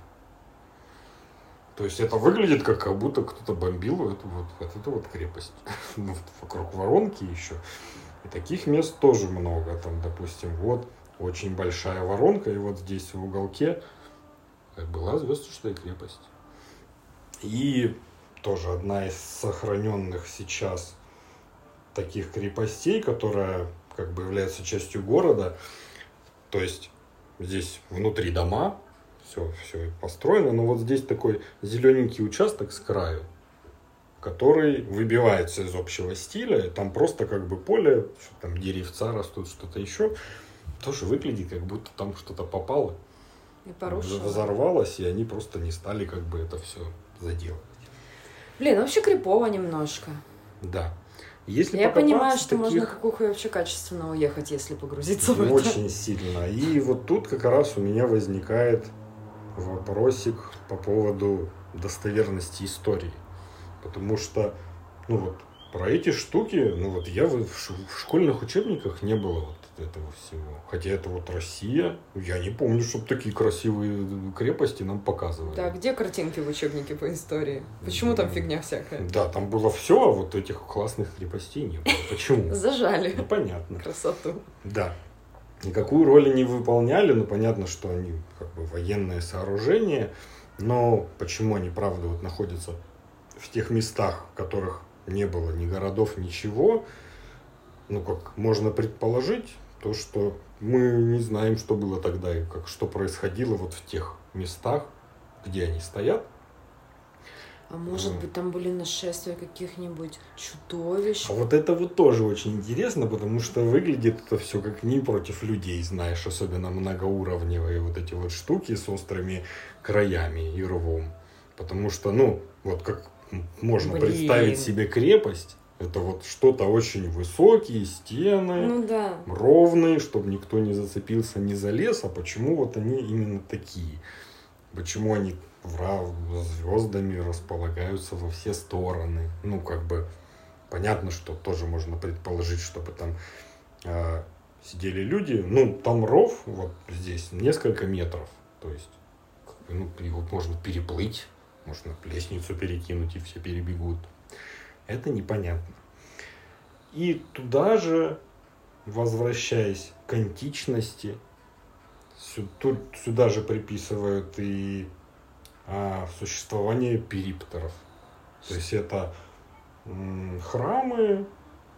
То есть это выглядит как будто кто-то бомбил эту вот крепость. Вокруг воронки еще. И таких мест тоже много. Там, допустим, вот очень большая воронка, и вот здесь в уголке была звездчатая крепость. И тоже одна из сохраненных сейчас таких крепостей, которая как бы является частью города. То есть здесь внутри дома. Все построено, но вот здесь такой зелененький участок с краю, который выбивается из общего стиля. Там просто как бы поле, что там деревца растут, что-то еще. Тоже выглядит, как будто там что-то попало. И порушило. Взорвалось, и они просто не стали как бы это все заделывать. Блин, вообще крипово немножко. Да. Если я понимаю, что можно кукухой вообще качественно уехать, если погрузиться в это. Очень сильно. И вот тут как раз у меня возникает вопросик по поводу достоверности истории. Потому что, ну вот, про эти штуки, ну вот я в школьных учебниках не было вот этого всего. Хотя это вот Россия. Я не помню, чтобы такие красивые крепости нам показывали. Да, где картинки в учебнике по истории? Почему там фигня всякая? Да, там было все, а вот этих классных крепостей не было. Почему? Зажали. Непонятно. Красоту. Да. Никакую роль они выполняли, но понятно, что они как бы военное сооружение, но почему они, правда, вот находятся в тех местах, в которых не было ни городов, ничего, ну, как можно предположить, то, что мы не знаем, что было тогда и что происходило вот в тех местах, где они стоят. А может быть, там были нашествия каких-нибудь чудовищ? А вот это вот тоже очень интересно, потому что выглядит это все как не против людей, знаешь, особенно многоуровневые вот эти вот штуки с острыми краями и рвом. Потому что, ну, вот как можно представить себе крепость, это вот что-то очень высокие стены, ну, да. ровные, чтобы никто не зацепился, не залез. А почему вот они именно такие? Почему они звездами располагаются во все стороны? Ну, как бы, понятно, что тоже можно предположить, чтобы там сидели люди. Ну, там ров вот здесь несколько метров. То есть, Ну, его можно переплыть, можно лестницу перекинуть, и все перебегут. Это непонятно. И туда же, возвращаясь к античности, сюда же приписывают и существование периптеров. То есть это храмы,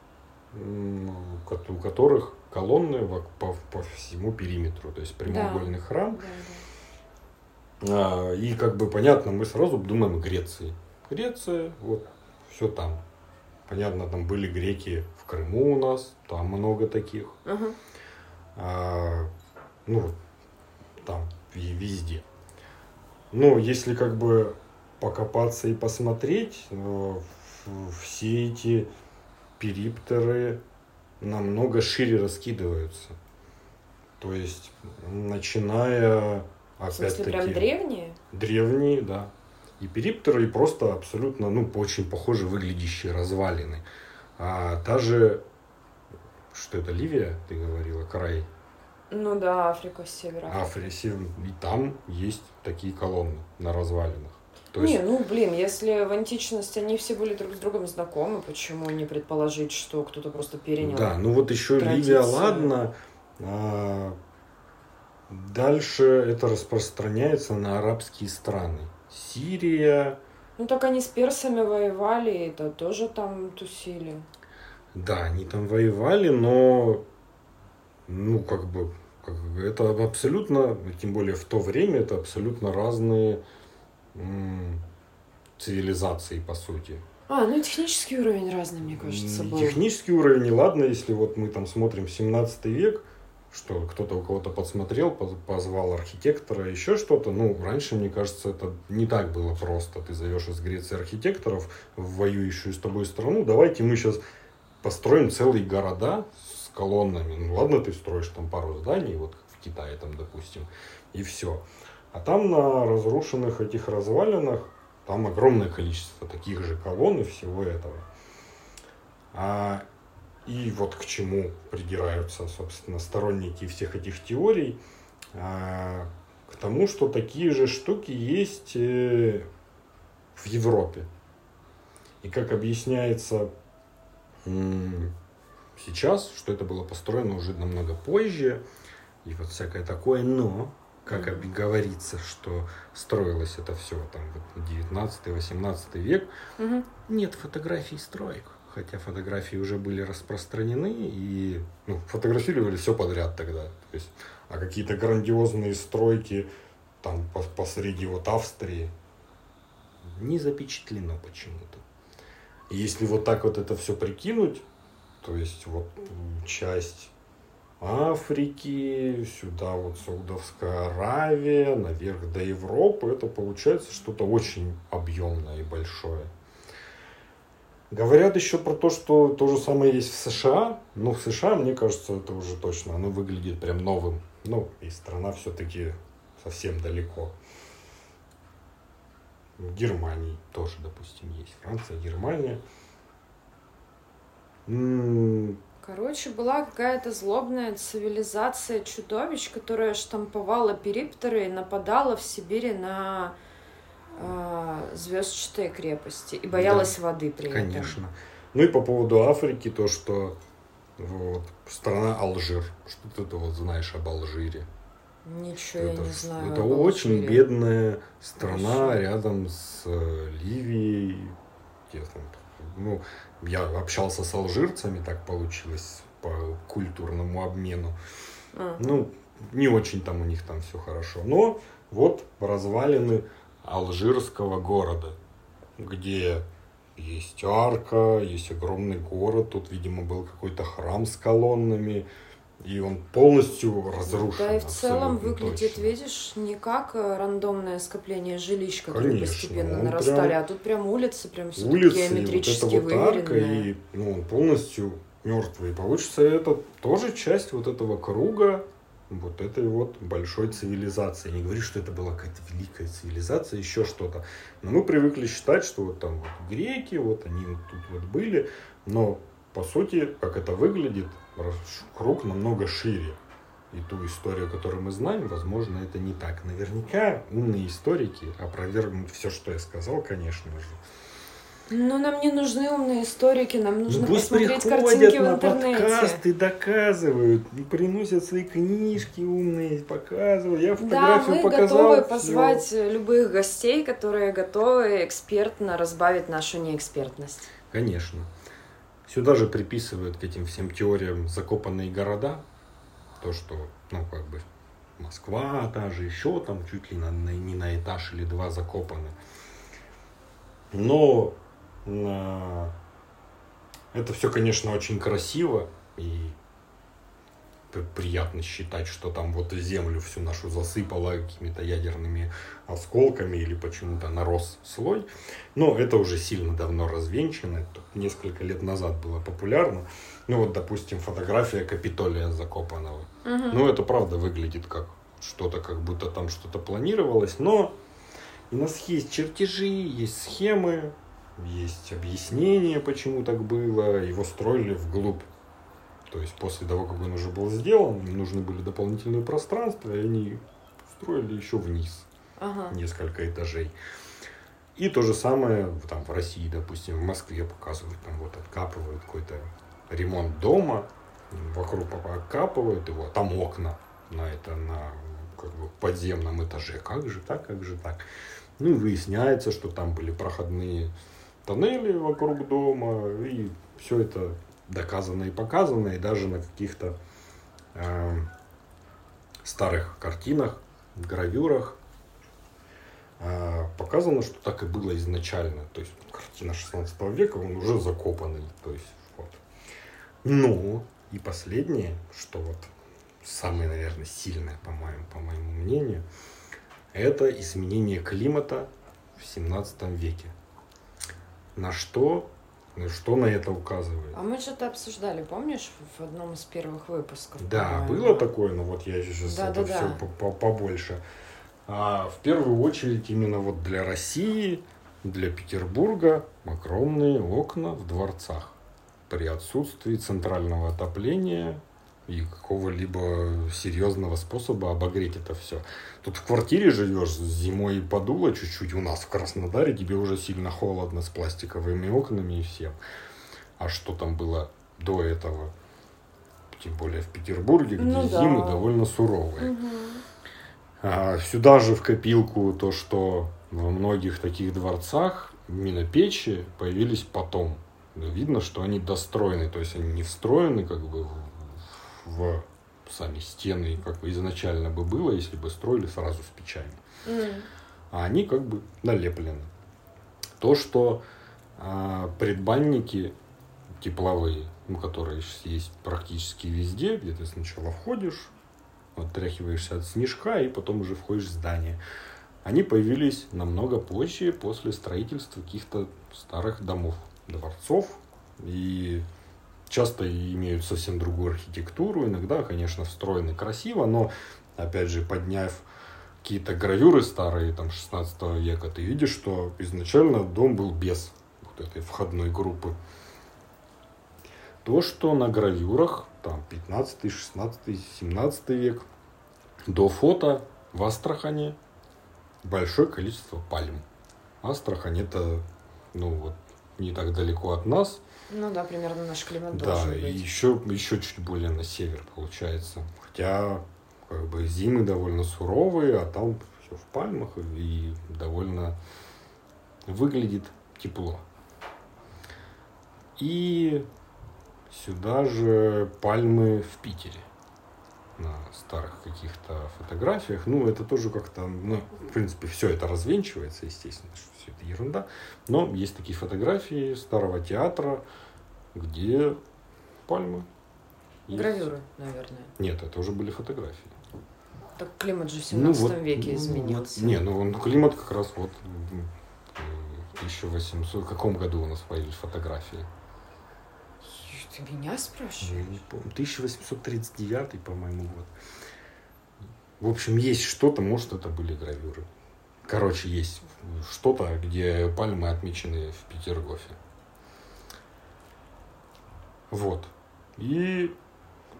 у которых колонны по всему периметру. То есть прямоугольный храм. И как бы понятно, мы сразу думаем о Греции. Греция, вот, все там. Понятно, там были греки в Крыму у нас, там много таких. Ну, там везде. Но если как бы покопаться и посмотреть, все эти периптеры намного шире раскидываются. То есть, начиная, опять-таки... прям древние? Древние, да. И периптеры, и просто абсолютно, очень похоже выглядящие развалины. А та же, что это, Ливия, ты говорила, край? Ну да, Африка, север Африка. И там есть такие колонны на развалинах. Если в античности они все были друг с другом знакомы, почему не предположить, что кто-то просто перенял? Да, еще традицию. Ливия, ладно. Дальше это распространяется на арабские страны. Сирия. Так они с персами воевали, это тоже там тусили. Да, они там воевали, но это абсолютно, тем более в то время, это абсолютно разные цивилизации, по сути. Технический уровень разный, мне кажется, был. Технический уровень, ладно, если вот мы там смотрим 17 век, что кто-то у кого-то подсмотрел, позвал архитектора, еще что-то. Раньше, мне кажется, это не так было просто. Ты зовешь из Греции архитекторов в воюющую с тобой страну. Давайте мы сейчас построим целые города с колоннами. Ладно, ты строишь там пару зданий, вот в Китае там, допустим, и все. А там на разрушенных этих развалинах там огромное количество таких же колонн и всего этого. И вот к чему придираются, собственно, сторонники всех этих теорий, к тому, что такие же штуки есть в Европе. И как объясняется сейчас, что это было построено уже намного позже, и вот всякое такое, но, как говорится, что строилось это все там 19-18 век, нет фотографий строек. Хотя фотографии уже были распространены и фотографировали все подряд тогда. То есть, а какие-то грандиозные стройки там посреди Австрии не запечатлено почему-то. И если вот так вот это все прикинуть, то есть часть Африки, сюда Саудовская Аравия, наверх до Европы, это получается что-то очень объемное и большое. Говорят еще про то, что то же самое есть в США. В США, мне кажется, это уже точно. Оно выглядит прям новым. И страна все-таки совсем далеко. В Германии тоже, допустим, есть. Франция, Германия. Короче, была какая-то злобная цивилизация чудовищ, которая штамповала периптеры и нападала в Сибири на звездчатые крепости и боялась воды при этом. Конечно. И по поводу Африки, то, что страна Алжир. Что ты знаешь об Алжире? Ничего я не знаю. Это очень бедная страна рядом с Ливией. Я общался с алжирцами, так получилось по культурному обмену. Не очень там у них там все хорошо. Но развалины алжирского города, где есть арка, есть огромный город. Тут, видимо, был какой-то храм с колоннами, и он полностью разрушен. Да, и в целом выглядит, точно. Видишь, не как рандомное скопление жилищ, которые Конечно, постепенно нарастали, а тут прям улицы, прям все геометрически выверенные. И он полностью мертвый. И получится, это тоже часть этого круга, этой большой цивилизации. Я не говорю, что это была какая-то великая цивилизация, еще что-то. Но мы привыкли считать, что там греки, они тут были. Но, по сути, как это выглядит, круг намного шире. и ту историю, которую мы знаем, возможно, это не так. Наверняка умные историки опровергнут все, что я сказал, конечно же. Ну, нам не нужны умные историки, нам нужно пусть посмотреть приходят картинки в на интернете. подкасты, доказывают, и приносят свои книжки умные, показывают. Я Да, фотографию мы показал. готовы всё. позвать любых гостей, которые готовы экспертно разбавить нашу неэкспертность. Конечно. Сюда же приписывают к этим всем теориям закопанные города. То, что, ну, как бы, Москва та же, еще там чуть ли не на этаж или два закопаны. Но это все, конечно, очень красиво. И приятно считать, что там вот землю всю нашу засыпало какими-то ядерными осколками или почему-то нарос слой. Но это уже сильно давно развенчано. Это несколько лет назад было популярно. Ну вот, допустим, фотография Капитолия закопанного. Ну, это правда выглядит как что-то, как будто там что-то планировалось. Но у нас есть чертежи, есть схемы, есть объяснения, почему так было. Его строили вглубь. То есть после того, как он уже был сделан, им нужны были дополнительные пространства, и они строили еще вниз несколько этажей. И то же самое там, в России, допустим, в Москве показывают, там вот откапывают какой-то ремонт дома, вокруг окапывают его, там окна на как бы подземном этаже. Как же так, как же так? Ну и выясняется, что там были проходные тоннели вокруг дома, и все это доказано и показано, и даже на каких-то старых картинах, гравюрах показано, что так и было изначально. То есть картина 16 века, он уже закопанный. То есть, вот. Ну, и последнее, что вот самое, наверное, сильное, по моему мнению, это изменение климата в 17 веке. На что на это указывает? А мы что-то обсуждали, помнишь, в одном из первых выпусков? Да, было такое, но вот я сейчас все побольше. В первую очередь именно вот для России, для Петербурга огромные окна в дворцах. При отсутствии центрального отопления и какого-либо серьезного способа обогреть это все. Тут в квартире живешь, зимой подуло чуть-чуть, у нас в Краснодаре тебе уже сильно холодно с пластиковыми окнами и всем. А что там было до этого? Тем более в Петербурге, где зимы довольно суровые. Сюда же в копилку то, что во многих таких дворцах именно печи появились потом. Видно, что они достроены, то есть они не встроены как бы в сами стены, как бы изначально бы было, если бы строили сразу с печами. А они как бы налеплены. То, что предбанники тепловые, которые есть практически везде, где ты сначала входишь, отряхиваешься от снежка и потом уже входишь в здание. Они появились намного позже, после строительства каких-то старых домов, дворцов, и часто имеют совсем другую архитектуру. Иногда, конечно, встроены красиво, но, опять же, подняв какие-то гравюры старые, там, 16 века, ты видишь, что изначально дом был без вот этой входной группы. То, что на гравюрах, там, 15, 16, 17 век, до фото в Астрахани большое количество пальм. Астрахань это, не так далеко от нас. Ну да, примерно наш климат Да, должен быть. и еще чуть более на север получается. Хотя, как бы, зимы довольно суровые, а там все в пальмах и довольно выглядит тепло. И сюда же пальмы в Питере. На старых каких-то фотографиях. Это тоже как-то, в принципе, все это развенчивается, естественно, что все это ерунда. Но есть такие фотографии старого театра, где пальмы. Гравюры, наверное. Нет, это уже были фотографии. Так климат же в 17 веке изменился. Климат как раз вот в 1800, в каком году у нас появились фотографии? Ты меня спрашиваешь? Я не помню. 1839, по-моему, год. В общем, есть что-то, может, это были гравюры. Короче, есть что-то, где пальмы отмечены в Петергофе. Вот. И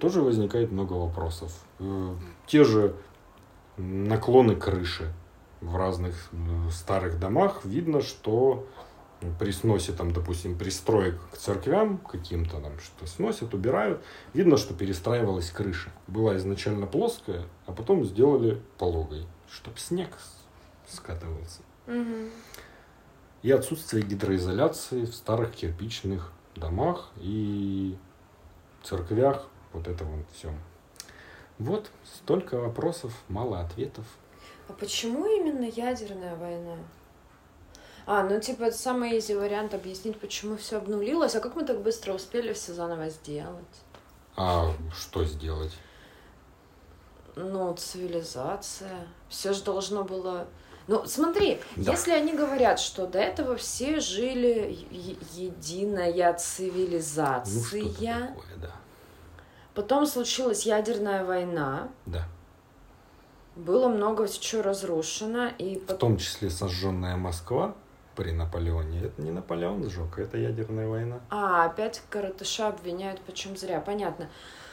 тоже возникает много вопросов. Те же наклоны крыши в разных старых домах, видно, что при сносе, там, допустим, пристроек к церквям каким-то, там, что сносят, убирают, видно, что перестраивалась крыша. Была изначально плоская, а потом сделали пологой, чтобы снег скатывался. Угу. И отсутствие гидроизоляции в старых кирпичных домах и церквях, вот это вот все. Вот столько вопросов, мало ответов. А почему именно ядерная война? Ну типа это самый easy вариант объяснить, почему все обнулилось. А как мы так быстро успели все заново сделать? А что сделать? Ну, цивилизация. Все же должно было... Ну, смотри, Да. если они говорят, что до этого все жили единая цивилизация, Ну, что-то такое, да. потом случилась ядерная война, Да. было много чего разрушено, и В том числе сожженная Москва при Наполеоне. Это не Наполеон сжег, это ядерная война. опять Коротыша обвиняют, почем зря, понятно.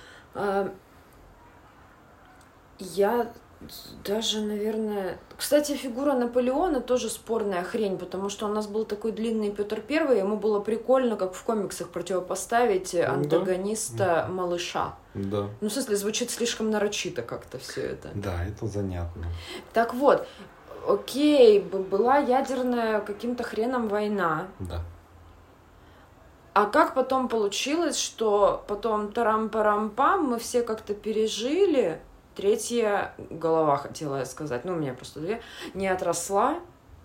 Я даже, наверное... Кстати, фигура Наполеона тоже спорная хрень, потому что у нас был такой длинный Петр Первый, ему было прикольно, как в комиксах, противопоставить антагониста малыша. Да. Ну, в смысле, звучит слишком нарочито как-то все это. Да, это занятно. Так вот, окей, была ядерная каким-то хреном война. Да. А как потом получилось, что потом тарам-парам-пам мы все как-то пережили... Третья голова, хотела я сказать, ну, у меня просто две, не отросла.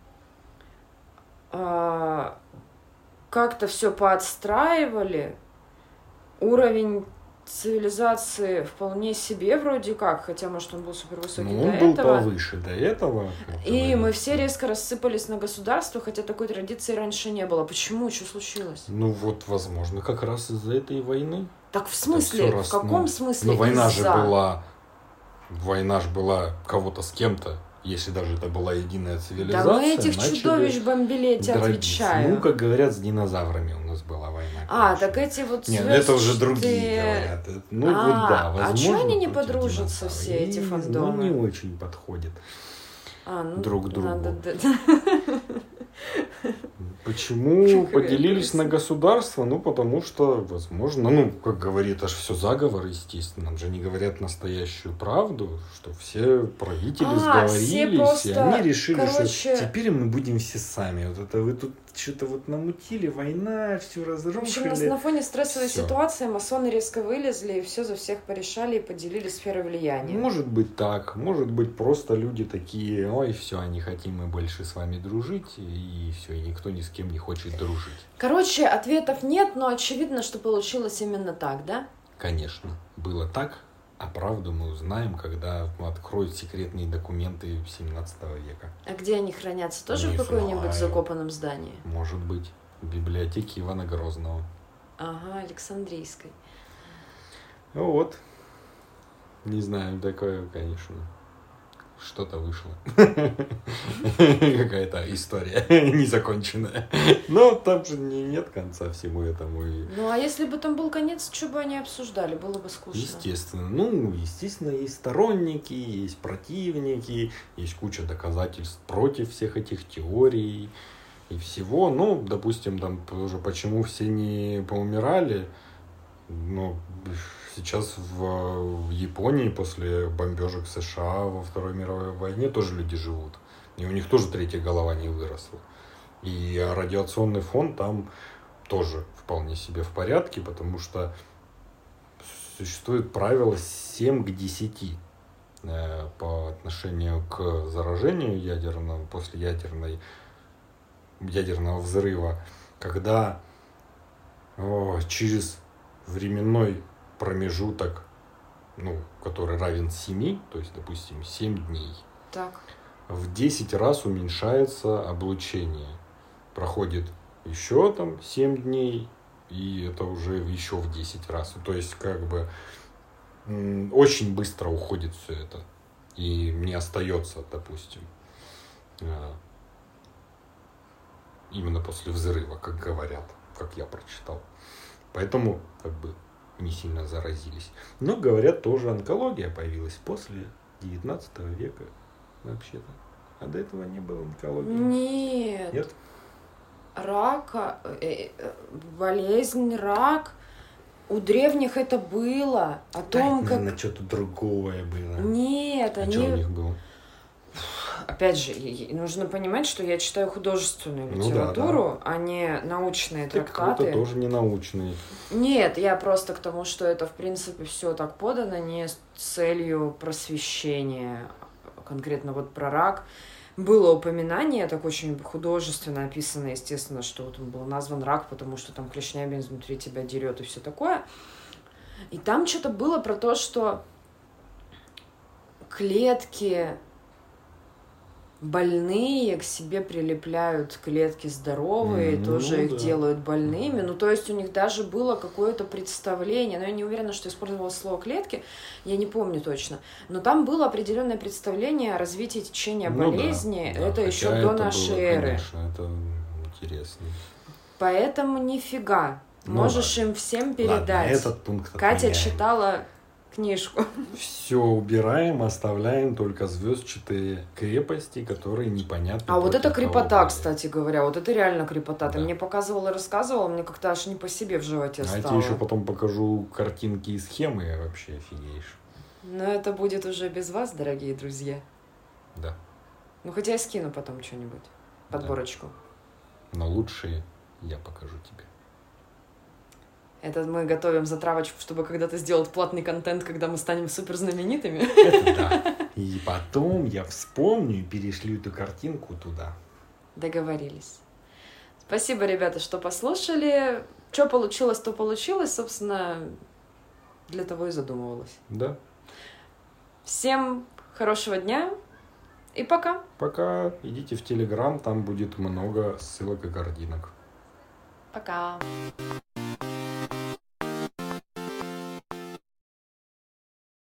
Как-то все поотстраивали. Уровень цивилизации вполне себе вроде как, хотя, может, он был супер высокий до он был этого. повыше до этого. И мы все резко рассыпались на государство, хотя такой традиции раньше не было. Почему? Что случилось? Ну вот, возможно, как раз из-за этой войны. Так в смысле? В каком смысле? Ну, война же была кого-то с кем-то, если даже это была единая цивилизация. Да мы этих чудовищ бомбили, я тебе отвечаю. Ну, как говорят, с динозаврами у нас была война. Конечно. Так эти вот Нет, это уже другие говорят. Ну, вот да, возможно. А что они не против подружатся, динозавров? все эти фандомы? Ну, не очень подходят друг к другу. Надо... Почему поделились на государства? Ну, потому что, возможно, ну, как говорит, аж все заговор, естественно. Нам же не говорят настоящую правду, что все правители сговорились, и они решили, что теперь мы будем все сами. Вот это вы тут что-то вот намутили, война, все разрушили. В общем, на фоне стрессовой ситуации масоны резко вылезли и все за всех порешали и поделили сферы влияния. Может быть так, может быть просто люди такие, ой, все, не хотим мы больше с вами дружить, и все, и никто ни с кем не хочет дружить. Короче, ответов нет, но очевидно, что получилось именно так, да? Конечно, было так, а правду мы узнаем, когда откроют секретные документы 17 века. А где они хранятся? Тоже Не в каком-нибудь знаю. закопанном здании? Может быть, в библиотеке Ивана Грозного. Ага, Александрийской. Ну вот, не знаю, такое, конечно, что-то вышло. Какая-то история незаконченная. Но там же нет конца всему этому. Ну, а если бы там был конец, что бы они обсуждали? Было бы скучно. Естественно. Ну, естественно, есть сторонники, есть противники, есть куча доказательств против всех этих теорий и всего. Ну, допустим, там уже почему все не поумирали. Ну, сейчас в Японии после бомбежек США во Второй мировой войне тоже люди живут. И у них тоже третья голова не выросла. И радиационный фон там тоже вполне себе в порядке, потому что существует правило 7 к 10 по отношению к заражению ядерному, после ядерного взрыва, когда через временной промежуток, ну, который равен 7, то есть, допустим, 7 дней, так. в 10 раз уменьшается облучение. Проходит еще там 7 дней, и это уже еще в 10 раз. То есть, как бы, очень быстро уходит все это. И не остается, допустим, именно после взрыва, как говорят, как я прочитал. Поэтому, как бы, не сильно заразились. Но, говорят, тоже онкология появилась после 19 века вообще-то. А до этого не было онкологии. Нет. Рак, болезнь, рак. У древних это было. О том, как... Наверное, что-то другое было. Нет, Что у них было? Опять же, нужно понимать, что я читаю художественную литературу, а не научные трактаты. Это тоже не научные. Нет, я просто к тому, что это, в принципе, все так подано не с целью просвещения. Конкретно вот про рак. Было упоминание, так очень художественно описано, естественно, что вот он был назван рак, потому что там клешнями изнутри тебя дерет и все такое. И там что-то было про то, что клетки больные к себе прилепляют клетки здоровые, тоже их делают больными. Ну, то есть у них даже было какое-то представление, но я не уверена, что использовалось слово клетки, я не помню точно. Но там было определенное представление о развитии течения болезни, это еще до нашей эры. Конечно, это интересно. Поэтому нифига. Можешь им всем передать. Ладно, этот пункт Катя читала книжку. Все убираем, оставляем только звездчатые крепости, которые непонятны. А вот это крепота, кстати говоря, вот это реально крепота. Ты мне показывала и рассказывала, мне как-то аж не по себе в животе стало. А я тебе еще потом покажу картинки и схемы, и вообще офигеешь. Но это будет уже без вас, дорогие друзья. Да. Ну, хотя я скину потом что-нибудь, подборочку. Да. Но лучшие я покажу тебе. Это мы готовим затравочку, чтобы когда-то сделать платный контент, когда мы станем супер знаменитыми. Это да. И потом я вспомню и перешлю эту картинку туда. Договорились. Спасибо, ребята, что послушали. Что получилось, то получилось. Собственно, для того и задумывалась. Да. Всем хорошего дня и пока. Пока. Идите в Телеграм, там будет много ссылок и картинок. Пока.